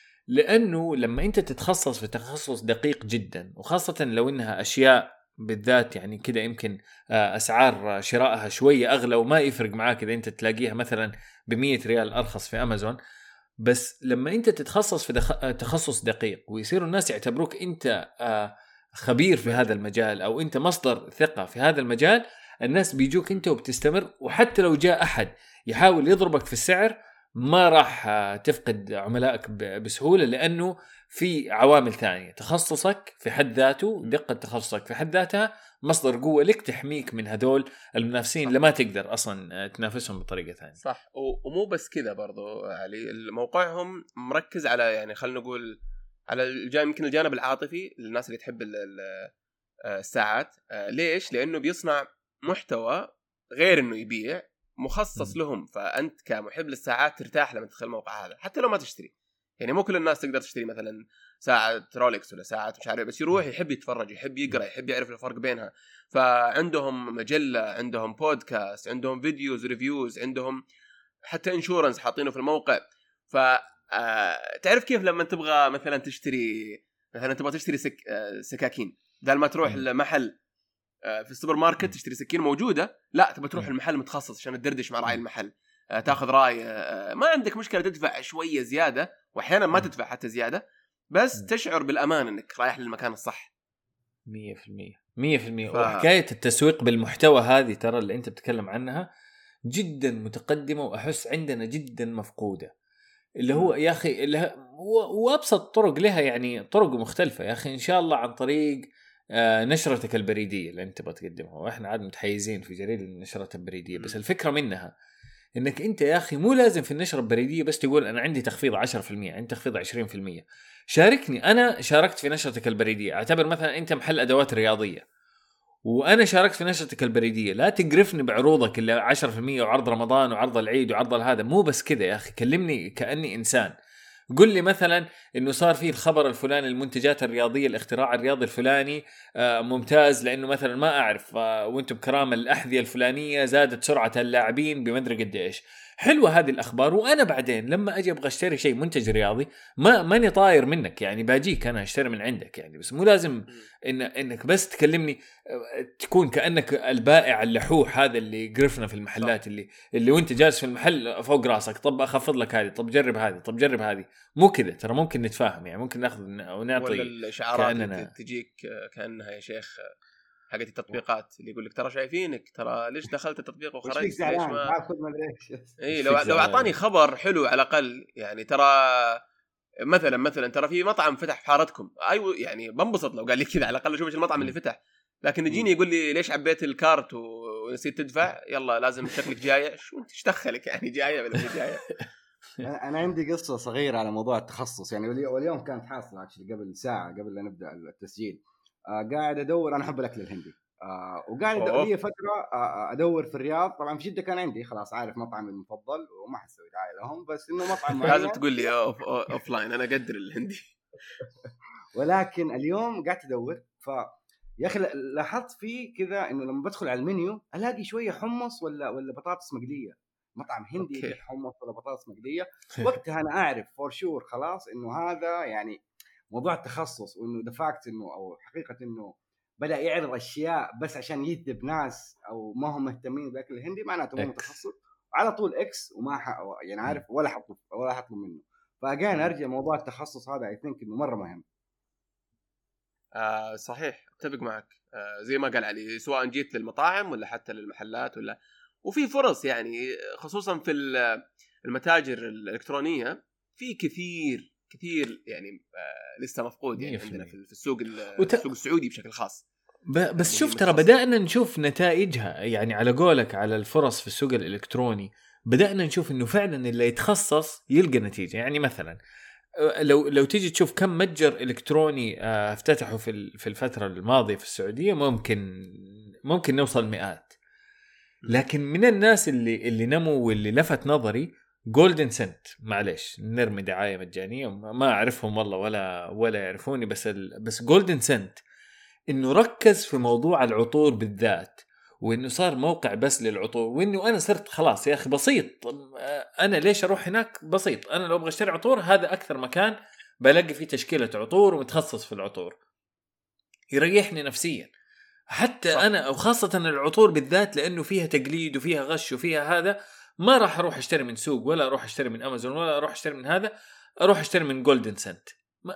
لأنه لما أنت تتخصص في تخصص دقيق جدا، وخاصة لو إنها أشياء بالذات يعني كده يمكن أسعار شرائها شوية أغلى وما يفرق معاك إذا أنت تلاقيها مثلا بمية ريال أرخص في أمازون، بس لما أنت تتخصص في دخ... تخصص دقيق ويصيروا الناس يعتبروك أنت خبير في هذا المجال أو أنت مصدر ثقة في هذا المجال، الناس بيجوك أنت وبتستمر. وحتى لو جاء أحد يحاول يضربك في السعر ما راح تفقد عملائك بسهولة، لأنه في عوامل ثانية. تخصصك في حد ذاته، دقة تخصصك في حد ذاتها مصدر قوة لك تحميك من هذول المنافسين اللي ما تقدر أصلا تنافسهم بطريقة ثانية. صح. ومو بس كذا برضو علي، موقعهم مركز على يعني خلينا نقول على الجانب يمكن الجانب العاطفي للناس اللي تحب الساعات. ليش؟ لأنه بيصنع محتوى غير إنه يبيع، مخصص م. لهم. فأنت كمحب للساعات ترتاح لما تدخل الموقع هذا حتى لو ما تشتري. يعني مو كل الناس تقدر تشتري مثلا ساعة رولكس ولا ساعة مش عارف، بس يروح يحب يتفرج، يحب يقرأ، يحب يعرف الفرق بينها. فعندهم مجلة، عندهم بودكاست، عندهم فيديوز ريفيوز، عندهم حتى انشورنس حاطينه في الموقع. فتعرف كيف لما تبغى مثلا تشتري مثلا تبغى تشتري سك... سكاكين، بدل ما تروح المحل في السوبر ماركت تشتري سكين موجودة، لا تبغى تروح المحل متخصص عشان تدردش مع راعي المحل، تاخذ راي، ما عندك مشكلة تدفع شوية زيادة، وأحيانا ما تدفع حتى زيادة، بس تشعر بالأمان أنك رايح للمكان الصح. مية في المية مية في المية. وحكاية التسويق بالمحتوى هذه ترى اللي أنت بتتكلم عنها جدا متقدمة، وأحس عندنا جدا مفقودة. اللي هو يا أخي اللي هو وأبسط طرق لها، يعني طرق مختلفة يا أخي، إن شاء الله عن طريق نشرتك البريدية اللي أنت بتقدمها، وإحنا عاد متحيزين في جريدة النشرات البريدية، بس الفكرة منها إنك أنت يا أخي مو لازم في النشرة البريدية بس تقول أنا عندي تخفيض عشرة في المية، عندي تخفيض عشرين في المية. شاركني، أنا شاركت في نشرتك البريدية، اعتبر مثلا أنت محل أدوات رياضية وأنا شاركت في نشرتك البريدية، لا تقرفني بعروضك اللي عشرة في المية وعرض رمضان وعرض العيد وعرض هذا. مو بس كذا يا أخي، كلمني كأني إنسان. قل لي مثلا إنه صار فيه الخبر الفلاني، المنتجات الرياضية، الاختراع الرياضي الفلاني آه ممتاز، لأنه مثلا ما أعرف آه وانتم بكرامة الأحذية الفلانية زادت سرعة اللاعبين بمدري قد إيش. حلوة هذه الأخبار، وأنا بعدين لما أجي أبغى أشتري شيء منتج رياضي ما ماني طاير منك، يعني باجيك أنا أشتري من عندك يعني، بس مو لازم إن إنك بس تكلمني تكون كأنك البائع اللحوح هذا اللي يقرفنا في المحلات، اللي اللي وأنت جالس في المحل فوق راسك، طب أخفض لك هذه، طب جرب هذه، طب جرب هذه. مو كذا ترى، ممكن نتفاهم يعني، ممكن ناخذ ونعطي. ولا الإشعارات كأننا... تجيك كأنها يا شيخ حقت التطبيقات اللي يقول لك ترى شايفينك، ترى ليش دخلت التطبيق وخرجت، ليش ما اخذ ما ادري ايش. اي لو لو اعطاني خبر حلو على الاقل يعني، ترى مثلا مثلا ترى في مطعم فتح في حارتكم، ايوه يعني بنبسط لو قال لي كذا على الاقل اشوف ايش المطعم اللي فتح. لكن يجيني يقول لي ليش عبيت الكارت ونسيت تدفع، يلا لازم شكلك جايه، شو انت ايش دخلك يعني جايه ولا مش جايه؟ انا عندي قصه صغيره على موضوع التخصص يعني، واليوم كانت حاصله قبل ساعه قبل لا نبدا التسجيل. آه قاعد ادور، انا احب الاكل الهندي آه وقاعد ادور لي فتره آه ادور في الرياض. طبعا في جده كان عندي خلاص عارف مطعمي المفضل وما حسوي دعايه لهم، بس انه مطعم معين لازم تقول لي اوف اوف لاين، انا اقدر الهندي. ولكن اليوم قاعد ادور، ف يا اخي لاحظت فيه كذا انه لما بدخل على المنيو الاقي شويه حمص ولا ولا بطاطس مقليه. مطعم هندي يبيع حمص ولا بطاطس مقليه. وقتها انا اعرف فور شور خلاص انه هذا يعني موضوع التخصص، وانه دفعت انه او حقيقه انه بدا يعرض اشياء بس عشان يجذب ناس او ما هم مهتمين بالاكل الهندي، معناته مو متخصص. على طول اكس وما ح... يعني عارف ولا حطوا ولا حطوا منه. فاجان ارجع موضوع التخصص هذا اي ثينك انه مره مهم. آه صحيح، اتفق معك. آه زي ما قال علي، سواء جيت للمطاعم ولا حتى للمحلات ولا، وفي فرص يعني خصوصا في المتاجر الإلكترونية في كثير كثير يعني آه لسه مفقود يعني عندنا في السوق وت... السوق السعودي بشكل خاص. ب... بس شوف ترى بدأنا نشوف نتائجها يعني، على قولك على الفرص في السوق الإلكتروني بدأنا نشوف إنه فعلا اللي يتخصص يلقى نتيجة. يعني مثلا لو لو تيجي تشوف كم متجر إلكتروني افتتحوا في في الفترة الماضية في السعودية، ممكن ممكن نوصل مئات. لكن من الناس اللي اللي نموا واللي لفت نظري جولدن سنت، معلش نرمي دعاية مجانية، ما أعرفهم والله ولا ولا يعرفوني، بس ال... بس جولدن سنت إنه ركز في موضوع العطور بالذات، وإنه صار موقع بس للعطور، وإنه أنا صرت خلاص يا أخي بسيط، أنا ليش أروح هناك؟ بسيط، أنا لو أبغى أشتري عطور هذا أكثر مكان بلاقي فيه تشكيلة عطور ومتخصص في العطور، يريحني نفسيا حتى صح. أنا وخاصة العطور بالذات لأنه فيها تقليد وفيها غش وفيها هذا، ما راح أروح أشتري من سوق ولا أروح أشتري من أمازون ولا أروح أشتري من هذا، أروح أشتري من جولدن سنت.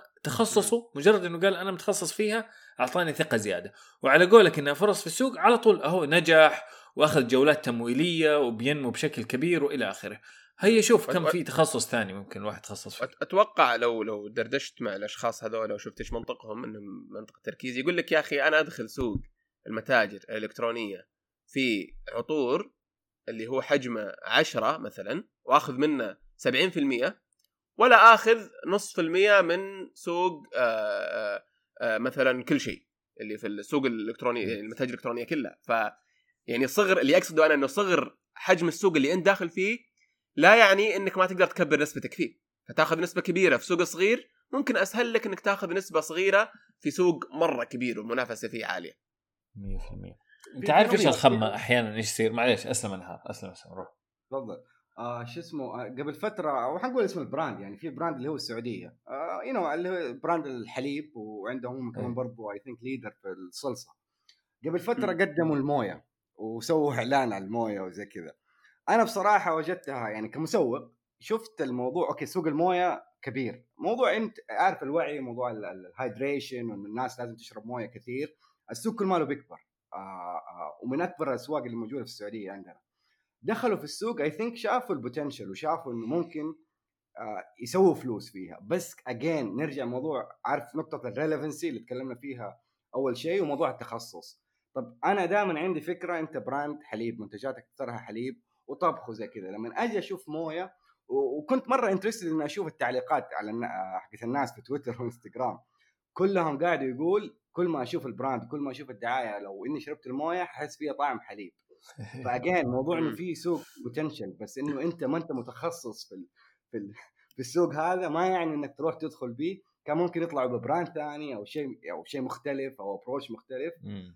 تخصصه مجرد انه قال انا متخصص فيها اعطاني ثقه زياده. وعلى قولك انها فرص في السوق على طول اهو نجح واخذ جولات تمويليه وبينمو بشكل كبير والى اخره. هيا شوف كم في تخصص ثاني ممكن الواحد يتخصص فيه. اتوقع لو لو دردشت مع الاشخاص هذول وشفت ايش منطقهم انهم منطقه تركيز، يقول لك يا اخي انا ادخل سوق المتاجر الالكترونيه في عطور اللي هو حجمه عشرة مثلا واخذ منه سبعين بالمئة، ولا آخذ نصف في المية من سوق آآ آآ مثلا كل شيء اللي في السوق الإلكتروني المتاجر الإلكترونية كلها. ف يعني صغر اللي أقصده أنا إنه صغر حجم السوق اللي أنت داخل فيه لا يعني إنك ما تقدر تكبر نسبتك فيه، فتأخذ نسبة كبيرة في سوق صغير ممكن أسهل لك إنك تأخذ نسبة صغيرة في سوق مرة كبير والمنافسة فيه عالية. مية في المية. أنت عارف إيش الخمة أحيانا إيش يصير؟ معليش أسلم أنها أسلم أسلم روح. تفضل. آه شو اسمه آه قبل فترة أو حنقول اسم البراند يعني، في براند اللي هو السعودية آه you know اللي هو براند الحليب، وعندهم كمان برضو I think leader في الصلصة. قبل فترة م. قدموا الموية وسووا إعلان على الموية وزي كذا. أنا بصراحة وجدتها يعني كمسوق شفت الموضوع أوكي، سوق الموية كبير، موضوع أنت عارف الوعي، موضوع الهايدريشن وإن الناس لازم تشرب موية كثير، السوق كل ماله بيكبر آه آه ومن أكبر الأسواق اللي موجودة في السعودية عندنا. دخلوا في السوق اي ثينك شافوا البوتنشل وشافوا انه ممكن آه يسووا فلوس فيها. بس اجين نرجع موضوع عارف نقطه الريليفنسي اللي تكلمنا فيها اول شيء، وموضوع التخصص. طب انا دائما عندي فكره، انت براند حليب منتجاتك اكثرها حليب وطبخ وزي كذا، لما اجي اشوف مويه وكنت مره انترستد ان اشوف التعليقات على حقت الناس في تويتر وانستغرام، كلهم قاعدوا يقول كل ما اشوف البراند كل ما اشوف الدعايه لو اني شربت المويه حس فيها طعم حليب. فاجين موضوع انه في سوق بوتنشل، بس انه انت ما انت متخصص في ال في ال في السوق هذا ما يعني انك تروح تدخل بيه. كان ممكن يطلعوا ببراند ثاني او شيء او شيء مختلف او ابروش مختلف.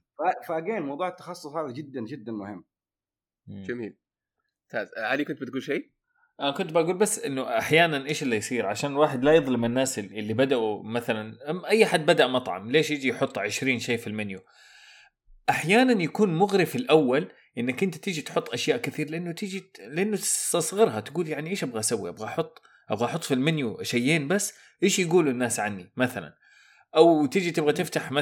فاجين موضوع التخصص هذا جدا جدا مهم. جميل ممتاز. علي كنت بتقول شيء؟ أنا كنت بقول بس إنه أحياناً إيش اللي يصير عشان الواحد لا يظلم الناس اللي بدأوا مثلاً، أي حد بدأ مطعم ليش يجي يحط عشرين شيء في المنيو؟ أحياناً يكون مغري في الأول إنك أنت تيجي تحط أشياء كثير لأنه تيجي لأنه تصغرها، تقول يعني إيش أبغى أسوي؟ أبغى أحط أبغى أحط في المنيو شيئين بس، إيش يقولوا الناس عني مثلاً؟ أو تيجي تبغى تفتح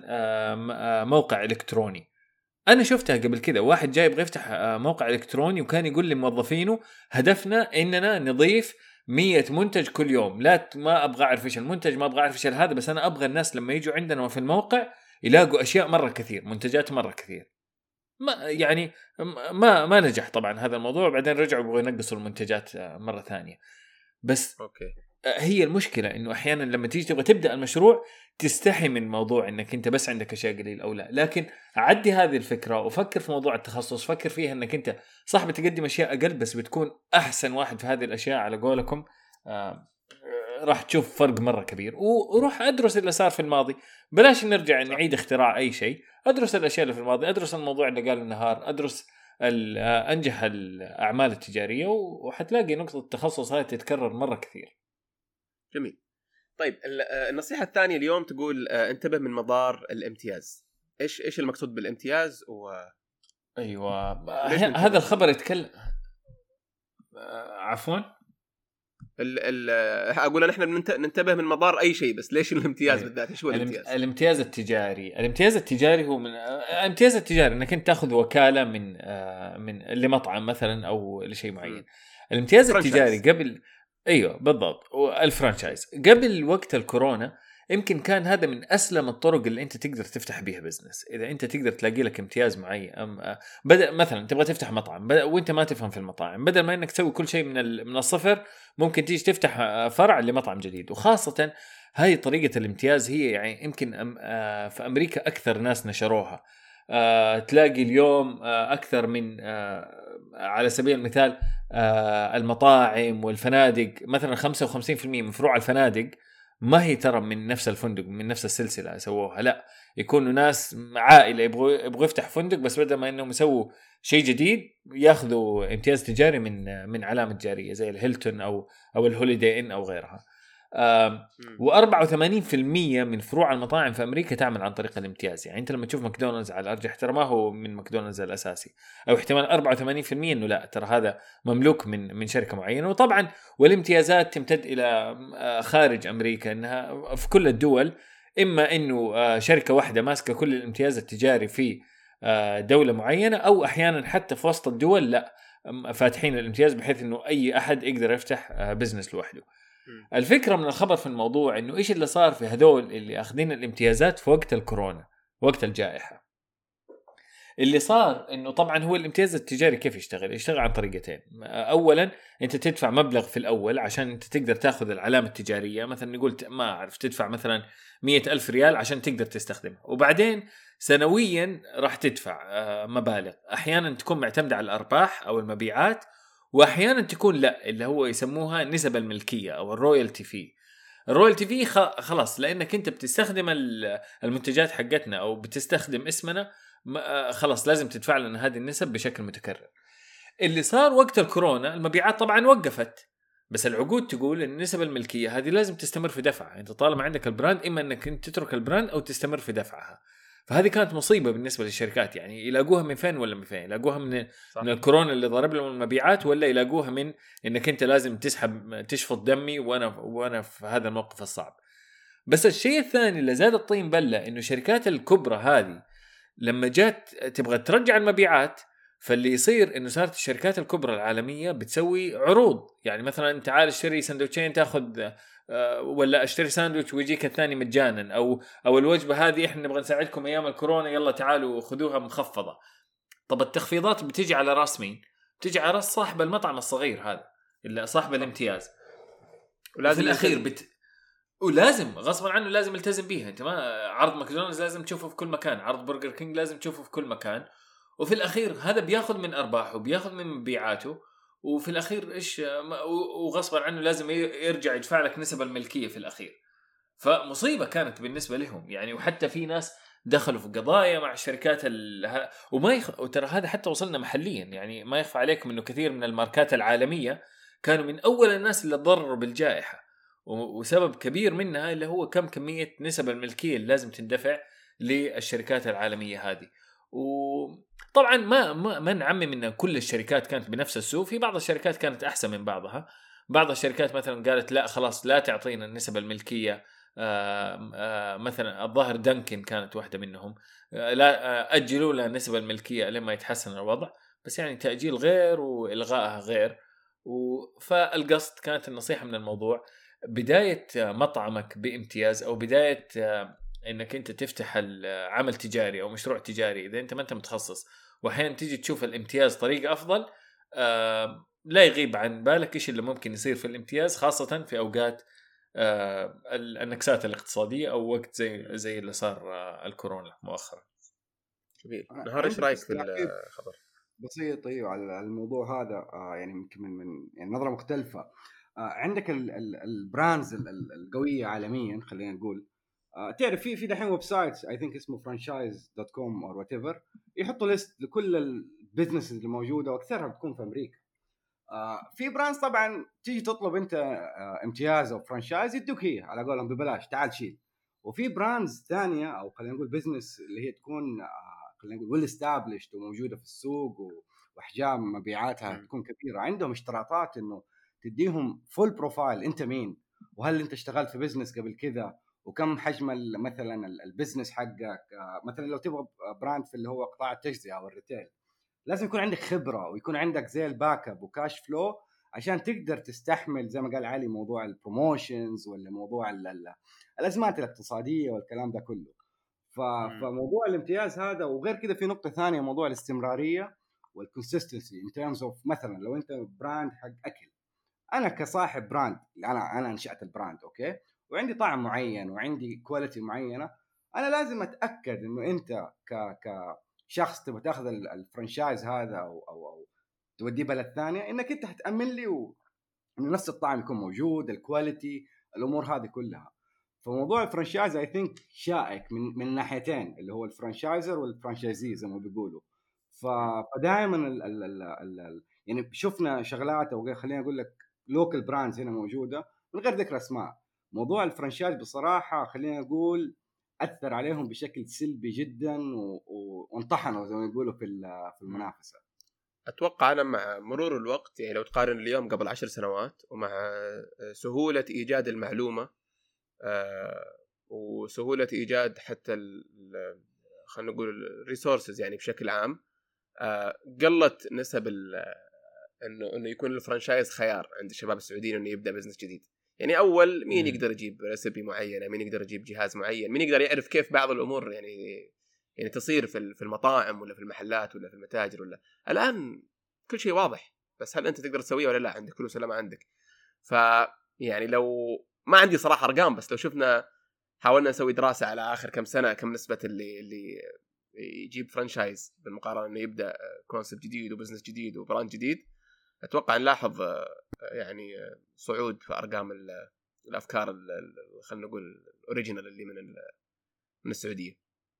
مثلاً موقع إلكتروني. أنا شفتها قبل كده، واحد جاي يبغى يفتح موقع إلكتروني وكان يقول لموظفينه هدفنا إننا نضيف مية منتج كل يوم، لا ما أبغى أعرف إيش المنتج، ما أبغى أعرف إيش هذا، بس أنا أبغى الناس لما يجوا عندنا في الموقع يلاقوا اشياء مره كثير، منتجات مره كثير. ما يعني ما ما نجح طبعا هذا الموضوع، بعدين رجعوا يبغوا ينقصوا المنتجات مره ثانيه. بس اوكي هي المشكله انه احيانا لما تيجي تبغى تبدا المشروع تستحي من موضوع انك انت بس عندك اشياء قليل او لا، لكن عدي هذه الفكره وفكر في موضوع التخصص، فكر فيها انك انت صح بتقدم اشياء اقل بس بتكون احسن واحد في هذه الاشياء على قولكم. آه راح تشوف فرق مره كبير. وروح ادرس اللي صار في الماضي، بلاش نرجع نعيد اختراع اي شيء. ادرس الاشياء اللي في الماضي، ادرس الموضوع اللي قال النهار، ادرس انجح الاعمال التجاريه، وحتلاقي نقطه التخصص هذه تتكرر مره كثير. جميل. طيب النصيحة الثانية اليوم تقول انتبه من مضار الامتياز. ايش ايش المقصود بالامتياز؟ و ايوه هذا الخبر يتكلم عفوا ال ال اقول نحن ننتبه من مضار اي شيء، بس ليش الامتياز أيوة. بالذات ايش هو الامتياز؟ الامتياز التجاري. الامتياز التجاري هو من الامتياز التجاري انك انت تاخذ وكالة من من لمطعم مثلا او لشيء معين. الامتياز التجاري قبل ايوه بالضبط، والفرانشايز قبل وقت الكورونا يمكن كان هذا من اسلم الطرق اللي انت تقدر تفتح بيها بزنس. اذا انت تقدر تلاقي لك امتياز معين، بدا مثلا تبغى تفتح مطعم وانت ما تفهم في المطاعم، بدل ما انك تسوي كل شيء من من الصفر ممكن تيجي تفتح فرع لمطعم جديد. وخاصه هاي طريقه الامتياز هي يعني يمكن في امريكا اكثر ناس نشروها. آه، تلاقي اليوم آه، أكثر من آه، على سبيل المثال آه، المطاعم والفنادق مثلا خمسة وخمسين بالمئة من فروع الفنادق ما هي ترى من نفس الفندق من نفس السلسلة سووها، لا يكونوا ناس عائلة يبغوا يبغوا يفتح فندق، بس بدل ما إنهم يسووا شيء جديد ياخذوا امتياز تجاري من من علامة تجارية زي الهيلتون أو أو الهوليداي إن أو غيرها. وأربعة وثمانين بالمئة من فروع المطاعم في أمريكا تعمل عن طريق الامتياز. يعني أنت لما تشوف ماكدونالدز على الأرجح ترى ما هو من ماكدونالدز الأساسي، أو احتمال أربعة وثمانين بالمئة إنه لا ترى هذا مملوك من من شركة معينة. وطبعا والامتيازات تمتد إلى خارج أمريكا، إنها في كل الدول إما إنه شركة واحدة ماسكة كل الامتياز التجاري في دولة معينة، أو أحيانا حتى في وسط الدول لا فاتحين الامتياز بحيث إنه أي أحد يقدر يفتح بزنس لوحده. الفكرة من الخبر في الموضوع إنه إيش اللي صار في هذول اللي أخذين الامتيازات في وقت الكورونا وقت الجائحة. اللي صار إنه طبعا هو الامتياز التجاري كيف يشتغل؟ يشتغل عن طريقتين. أولا أنت تدفع مبلغ في الأول عشان أنت تقدر تأخذ العلامة التجارية، مثلا نقول ما أعرف تدفع مثلا مئة ألف ريال عشان تقدر تستخدمها، وبعدين سنويا راح تدفع مبالغ أحيانا تكون معتمدة على الأرباح أو المبيعات، واحيانا تكون لا اللي هو يسموها نسب الملكيه او الرويالتي في. الرويالتي في خلاص لانك انت بتستخدم المنتجات حقتنا او بتستخدم اسمنا خلاص لازم تدفع لنا هذه النسب بشكل متكرر. اللي صار وقت الكورونا المبيعات طبعا وقفت، بس العقود تقول ان نسب الملكيه هذه لازم تستمر في دفعها. انت طالما عندك البراند اما انك انت تترك البراند او تستمر في دفعها. فهذه كانت مصيبة بالنسبة للشركات، يعني يلاقوها من فين ولا من فين؟ يلاقوها من صح. من الكورونا اللي ضرب لهم المبيعات، ولا يلاقوها من انك انت لازم تسحب تشفط دمي وانا وانا في هذا الموقف الصعب. بس الشيء الثاني اللي زاد الطين بلة انه شركات الكبرى هذه لما جات تبغى ترجع المبيعات، فاللي يصير انه صارت الشركات الكبرى العالمية بتسوي عروض. يعني مثلا تعال اشتري سندوتشين تاخذ ولا اشتري ساندويتش ويجيك الثاني مجانا، او او الوجبه هذه احنا نبغى نساعدكم ايام الكورونا يلا تعالوا خذوها مخفضه. طب التخفيضات بتيجي على راس مين؟ بتيجي على راس صاحب المطعم الصغير هذا اللي صاحب الامتياز، ولازم في الاخير بت... ولازم غصبا عنه لازم يلتزم بيها. انت ما عرض ماكدونالدز لازم تشوفه في كل مكان، عرض برجر كينج لازم تشوفه في كل مكان، وفي الاخير هذا بياخذ من ارباحه وبياخذ من مبيعاته، وفي الأخير إيش وغصبا عنه لازم يرجع يدفع لك نسب الملكية في الأخير. فمصيبة كانت بالنسبة لهم يعني. وحتى في ناس دخلوا في قضايا مع الشركات ال... وما يخ... وترى هذا حتى وصلنا محليا. يعني ما يخفى عليكم إنه كثير من الماركات العالمية كانوا من أول الناس اللي تضرروا بالجائحة، وسبب كبير منها اللي هو كم كمية نسب الملكية اللي لازم تندفع للشركات العالمية هذه. وطبعا ما ما, ما نعمم ان كل الشركات كانت بنفس السوء، في بعض الشركات كانت احسن من بعضها. بعض الشركات مثلا قالت لا خلاص لا تعطينا النسب الملكيه. آآ آآ مثلا الظاهر دانكن كانت واحده منهم، لا اجلوا لها النسب الملكيه لما يتحسن الوضع. بس يعني تاجيل غير والغائها غير. فالقصد كانت النصيحه من الموضوع بدايه مطعمك بامتياز او بدايه انك انت تفتح العمل تجاري او مشروع تجاري اذا انت ما انت متخصص، واحيانا تيجي تشوف الامتياز طريقه افضل، آه لا يغيب عن بالك ايش اللي ممكن يصير في الامتياز، خاصه في اوقات آه النكسات الاقتصاديه او وقت زي زي اللي صار آه الكورونا مؤخرا. جميل. نهار ايش رايك في الخبر؟ بسيط ايوه على الموضوع هذا. آه يعني يمكن من, من يعني نظره مختلفه. آه عندك البراندز القويه عالميا خلينا نقول. آه تعرف في في دحين ويب سايت اي ثينك اسمه فرانشايز دوت كوم او وات ايفر، يحطوا ليست لكل البزنسز اللي موجوده واكثرها بتكون في امريكا. آه في براندز طبعا تيجي تطلب انت آه امتياز او فرانشايز يدوك هي على قولهم ببلاش، تعال شيل. وفي براندز ثانيه او خلينا نقول بزنس اللي هي تكون آه خلينا نقول ويل استابليشد وموجوده في السوق واحجام مبيعاتها م. تكون كبيره، عندهم اشتراطات انه تديهم فول بروفايل، انت مين وهل انت اشتغلت في بزنس قبل كذا وكم حجم مثلا البزنس حقك. مثلا لو تبغى براند في اللي هو قطاع التجزئه او الريتيل لازم يكون عندك خبره ويكون عندك زي الباك اب وكاش فلو عشان تقدر تستحمل زي ما قال علي موضوع البروموشنز ولا موضوع الازمات الاقتصاديه والكلام ده كله. فموضوع الامتياز هذا وغير كذا في نقطه ثانيه موضوع الاستمراريه والكونسستنسي ان تيرمز اوف. مثلا لو انت براند حق اكل، انا كصاحب براند انا انا انشات البراند اوكي وعندي طعم معين وعندي كواليتي معينه، انا لازم اتاكد انه انت ك كشخص تبغى تاخذ الفرانشايز هذا او او, أو توديه بلد ثانيه انك انت هتامن لي و... انه نفس الطعم يكون موجود، الكواليتي، الامور هذه كلها. فموضوع الفرانشايز اي ثينك شائك من من ناحيتين اللي هو الفرانشايزر والفرانشايزي زي ما بيقولوا. فدائما ال ال ال ال ال يعني شفنا شغلات او خلينا اقول لك لوكال براندز هنا موجوده من غير ذكر اسماء. موضوع الفرانشايز بصراحه خلينا نقول اثر عليهم بشكل سلبي جدا وانطحنوا زي ما يقولوا في في المنافسه. اتوقع انا مع مرور الوقت يعني لو تقارن اليوم قبل عشر سنوات ومع سهوله ايجاد المعلومه آه وسهوله ايجاد حتى خلينا نقول الريسورسز يعني بشكل عام، آه قلت نسب انه انه يكون الفرانشايز خيار عند الشباب السعوديين انه يبدا بزنس جديد. يعني اول مين يقدر يجيب ريسبي معينه، مين يقدر يجيب جهاز معين، مين يقدر يعرف كيف بعض الامور يعني يعني تصير في في المطاعم ولا في المحلات ولا في المتاجر. ولا الان كل شيء واضح، بس هل انت تقدر تسويه ولا لا؟ عندك فلوس ولا ما عندك؟ ف يعني لو ما عندي صراحه ارقام، بس لو شفنا حاولنا نسوي دراسه على اخر كم سنه كم نسبه اللي اللي يجيب فرانشايز بالمقارنه انه يبدا كونسبت جديد وبزنس جديد وبراند جديد، اتوقع نلاحظ يعني صعود في ارقام الافكار خلينا نقول الاوريجينال اللي من من السعوديه.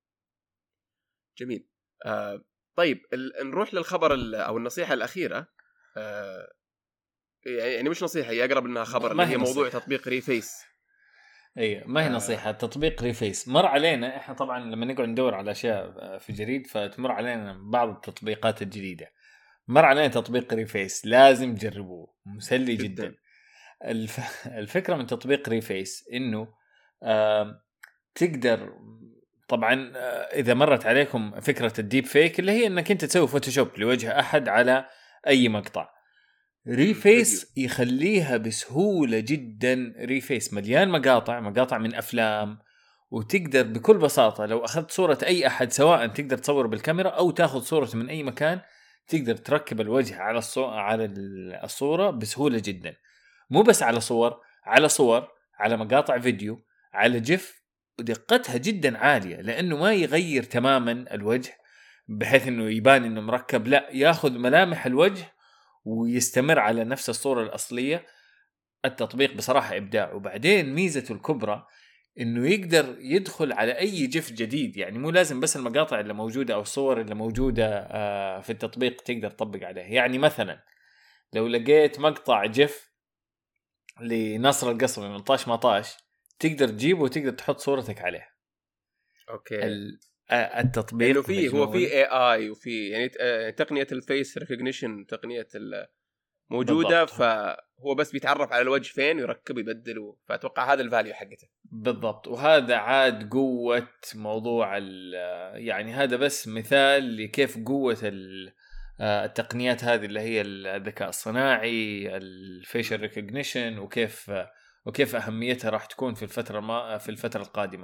جميل. آه طيب نروح للخبر او النصيحه الاخيره. آه يعني مش نصيحه، هي اقرب انها خبر، اللي هي موضوع تطبيق ريفيس. اي ما هي نصيحه. آه. تطبيق ريفيس مر علينا احنا طبعا لما نقعد ندور على اشياء في جريد فتمر علينا بعض التطبيقات الجديده. مر علينا تطبيق ريفيس، لازم تجربوه، مسلي جدا, جداً. الف... الفكرة من تطبيق ريفيس إنه آه... تقدر طبعا آه... إذا مرت عليكم فكرة الديب فيك اللي هي إنك أنت تسوي فوتوشوب لوجه أحد على أي مقطع، ريفيس يخليها بسهولة جدا. ريفيس مليان مقاطع مقاطع من أفلام، وتقدر بكل بساطة لو أخذت صورة أي أحد سواء تقدر تصور بالكاميرا أو تأخذ صورة من أي مكان تقدر تركب الوجه على الصورة على الصورة بسهولة جدا. مو بس على صور، على صور، على مقاطع فيديو، على جيف، ودقتها جدا عالية لأنه ما يغير تماما الوجه بحيث أنه يبان أنه مركب، لا ياخذ ملامح الوجه ويستمر على نفس الصورة الأصلية. التطبيق بصراحة إبداع. وبعدين ميزته الكبرى انه يقدر يدخل على اي جيف جديد، يعني مو لازم بس المقاطع اللي موجودة او الصور اللي موجودة في التطبيق تقدر تطبق عليه. يعني مثلا لو لقيت مقطع جيف لنصر القصري من طاش مطاش تقدر تجيبه وتقدر تحط صورتك عليه. اوكي. التطبيق انه فيه هو فيه اي اي وفي يعني تقنية الفيس ريكوجنيشن، تقنية موجودة بالضبط. فهو بس بيتعرف على الوجه فين ويركب يبدله، فأتوقع هذا الفاليو حقته بالضبط. وهذا عاد قوة موضوع يعني هذا بس مثال لكيف قوة التقنيات هذه اللي هي الذكاء الصناعي الفيشل ريكوجنيشن وكيف وكيف أهميتها راح تكون في الفترة ما في الفترة القادمة.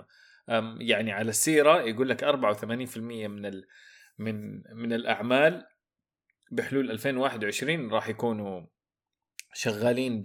يعني على السيرة يقول لك أربعة وثمانين بالمئة من ال من من الأعمال بحلول ألفين وواحد وعشرين راح يكونوا شغالين ب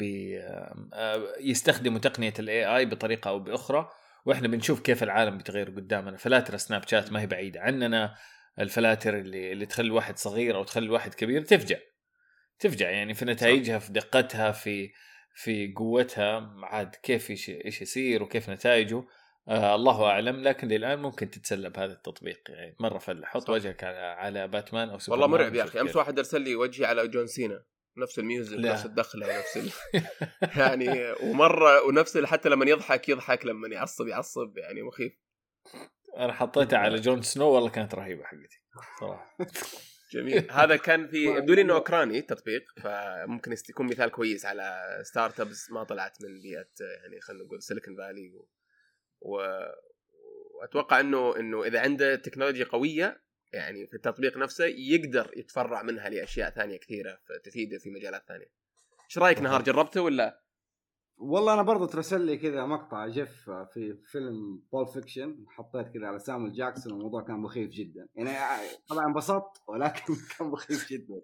يستخدموا تقنية ال إيه آي بطريقة أو بأخرى، وإحنا بنشوف كيف العالم بيتغير قدامنا. فلاتر سناب شات ما هي بعيدة عننا، الفلاتر اللي اللي تخلي واحد صغير أو تخلي واحد كبير تفجع تفجع يعني في نتائجها، في دقتها، في في قوتها، عاد كيف إيش إيش يصير وكيف نتائجه آه الله أعلم. لكن للآن ممكن تتسلى بهذا التطبيق يعني مرة فل حط وجهك على على باتمان أو سوبرمان. والله مرعب يا أخي. أمس واحد أرسل لي وجهي على جون سينا، نفس الميوزك نفس الدخلة ونفس ال... يعني ومرة ونفس حتى لما يضحك يضحك، لما يعصب يعصب، يعني مخيف. أنا حطيتها على جون سنو والله كانت رهيبة حقتي صراحة. جميل. هذا كان في يبدو لي إنه أوكراني التطبيق، فممكن يكون مثال كويس على ستارت أبس ما طلعت من بيئة يعني خلينا نقول سيليكون فالي، و... و... وأتوقع إنه إنه إذا عنده تكنولوجيا قوية يعني في التطبيق نفسه يقدر يتفرع منها لأشياء ثانية كثيرة تفيده في مجالات ثانية. إيش رأيك نهار، جربته ولا؟ والله أنا برضو ترسل لي كذا مقطع جيف في فيلم بول فيكشن، حطيت كذا على سامويل جاكسون، والموضوع كان مخيف جدا يعني. طبعا انبسطت ولكن كان مخيف جدا.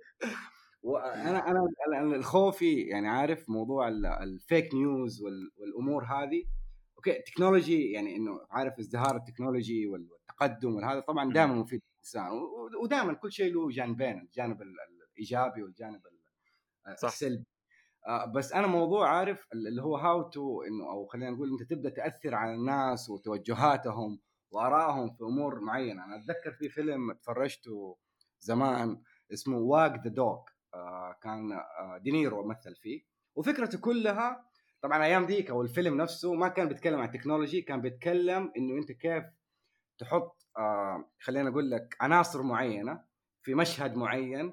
وأنا أنا الخوفي يعني عارف موضوع الفيك نيوز والأمور هذه. أوكي تكنولوجي يعني إنه عارف ازدهار التكنولوجي والتقدم والهذا طبعا دائما مفيد للإنسان، ودائما كل شيء له جانبين، الجانب الإيجابي والجانب السلبي. آه بس أنا موضوع عارف اللي هو هاو تو إنه أو خلينا نقول أنت تبدأ تأثر على الناس وتوجهاتهم وآرائهم في أمور معينة. أنا أتذكر في فيلم تفرجته زمان اسمه واق ذا دوغ، آه كان آه دينيرو مثل فيه، وفكرته كلها طبعا أيام ديك أو الفيلم نفسه ما كان بيتكلم عن التكنولوجي، كان بيتكلم إنه أنت كيف تحط آه خلينا نقول لك عناصر معينة في مشهد معين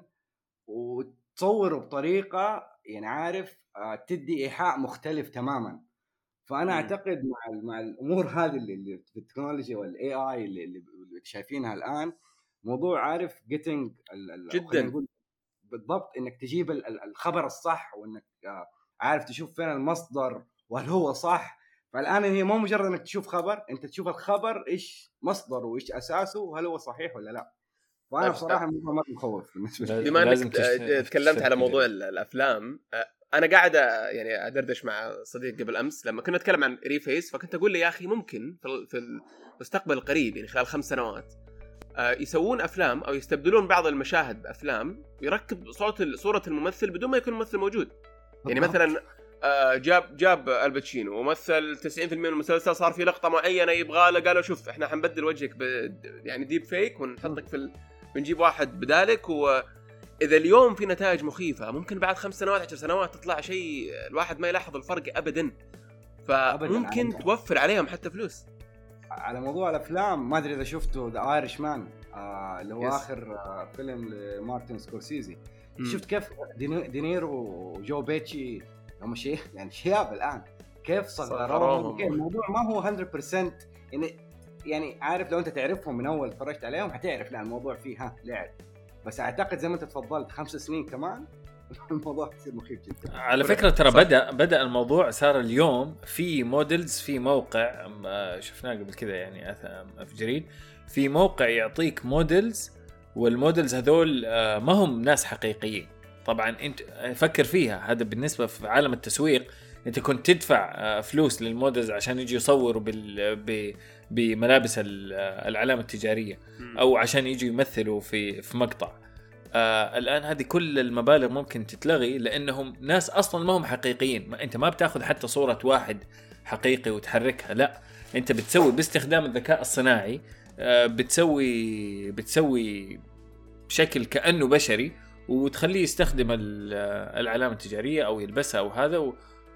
وتصوره بطريقة يعني عارف آه تدي إيحاء مختلف تماما. فأنا م. أعتقد مع مع الأمور هذه اللي في التكنولوجيا والإي آي اللي, اللي شايفينها الآن، موضوع عارف getting جدا بالضبط إنك تجيب الخبر الصح، وإنك آه عارف تشوف فين المصدر وهل هو صح. فالآن هي مو مجرد إنك تشوف خبر، أنت تشوف الخبر إيش مصدره وإيش أساسه وهل هو صحيح ولا لا. وأنا بصراحة الموضوع ما مخوف بالنسبة لي. بما إنك تكلمت على موضوع الأفلام، أنا قاعد يعني أدردش مع صديق قبل أمس لما كنا نتكلم عن ريفيس، فكنت أقول لي يا أخي ممكن في المستقبل القريب يعني خلال خمس سنوات يسوون أفلام أو يستبدلون بعض المشاهد بأفلام ويركب صوت صورة الممثل بدون ما يكون الممثل موجود. يعني مثلا جاب جاب الباتشينو ومثل تسعين بالمئة من المسلسل، صار في لقطة معينة يبغى له، قالوا شوف إحنا حنبدل وجهك ب يعني ديب فيك ونحطك في ال... بنجيب واحد بدالك. وإذا اليوم في نتائج مخيفة ممكن بعد خمس سنوات عشر سنوات تطلع شيء الواحد ما يلاحظ الفرق أبدا، فممكن أبداً توفر عليهم حتى فلوس. على موضوع الأفلام ما أدري إذا شفتوا ذا آيرش مان آه اللي هو yes. آخر آه فيلم لمارتن سكورسيزي. م. شفت كيف دينيرو وجو بيتشي هم شيء يعني شياب الآن كيف صغروهم. الموضوع ما هو مية بالمية يعني يعني عارف لو أنت تعرفهم من أول فرجت عليهم هتعرف لا الموضوع فيه ها لعب، بس أعتقد زي ما أنت تفضلت خمس سنين كمان الموضوع يصير مخيف جدا. على فكرة ترى بدأ بدأ الموضوع صار اليوم في موديلز في موقع شفناه قبل كده يعني في جريد، في موقع يعطيك موديلز، والموديلز هذول ما هم ناس حقيقيين. طبعا انت فكر فيها، هذا بالنسبة في عالم التسويق انت كنت تدفع فلوس للموديلز عشان يجي يصوروا بال بملابس العلامة التجارية او عشان يجي يمثلوا في في مقطع. آه الآن هذه كل المبالغ ممكن تتلغي لأنهم ناس أصلاً ما هم حقيقيين. ما أنت ما بتاخذ حتى صورة واحد حقيقي وتحركها، لا أنت بتسوي باستخدام الذكاء الصناعي، آه بتسوي بتسوي بشكل كأنه بشري وتخليه يستخدم العلامة التجارية أو يلبسها أو هذا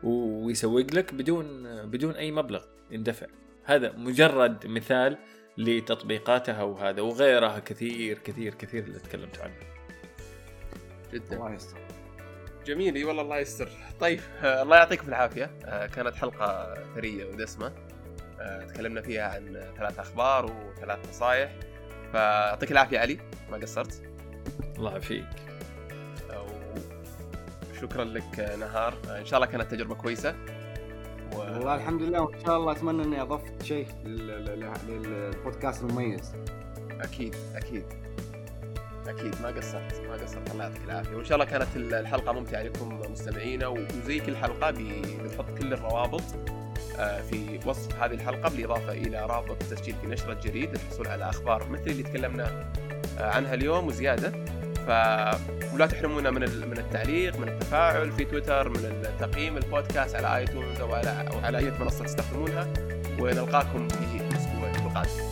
ويسوق لك بدون بدون أي مبلغ يندفع. هذا مجرد مثال لتطبيقاتها وهذا وغيرها كثير كثير كثير اللي تكلمت عنه. جدا الله يستر. جميل اي والله الله يستر. طيب آه الله يعطيكم العافيه. آه كانت حلقه ثريه ودسمه، آه تكلمنا فيها عن ثلاث اخبار وثلاث نصائح، فيعطيك العافيه علي ما قصرت. الله يعافيك. شكرا لك نهار. آه ان شاء الله كانت تجربه كويسه، و... والله الحمد لله، وان شاء الله اتمنى اني اضفت شيء للبودكاست المميز. اكيد اكيد اكيد ما قصرت ما قصرت الله يعطيك العافيه. وان شاء الله كانت الحلقه ممتعه لكم مستمعينا، وزي كل حلقه بنحط كل الروابط في وصف هذه الحلقه، بالاضافه الى رابط تسجيل في نشره جريد للحصول على اخبار مثل اللي تكلمنا عنها اليوم وزياده. ف ولا تحرمونا من من التعليق، من التفاعل في تويتر، من التقييم البودكاست على ايتونز او على او على اي منصه تستخدمونها. ونلقاكم في الاسبوع القادم.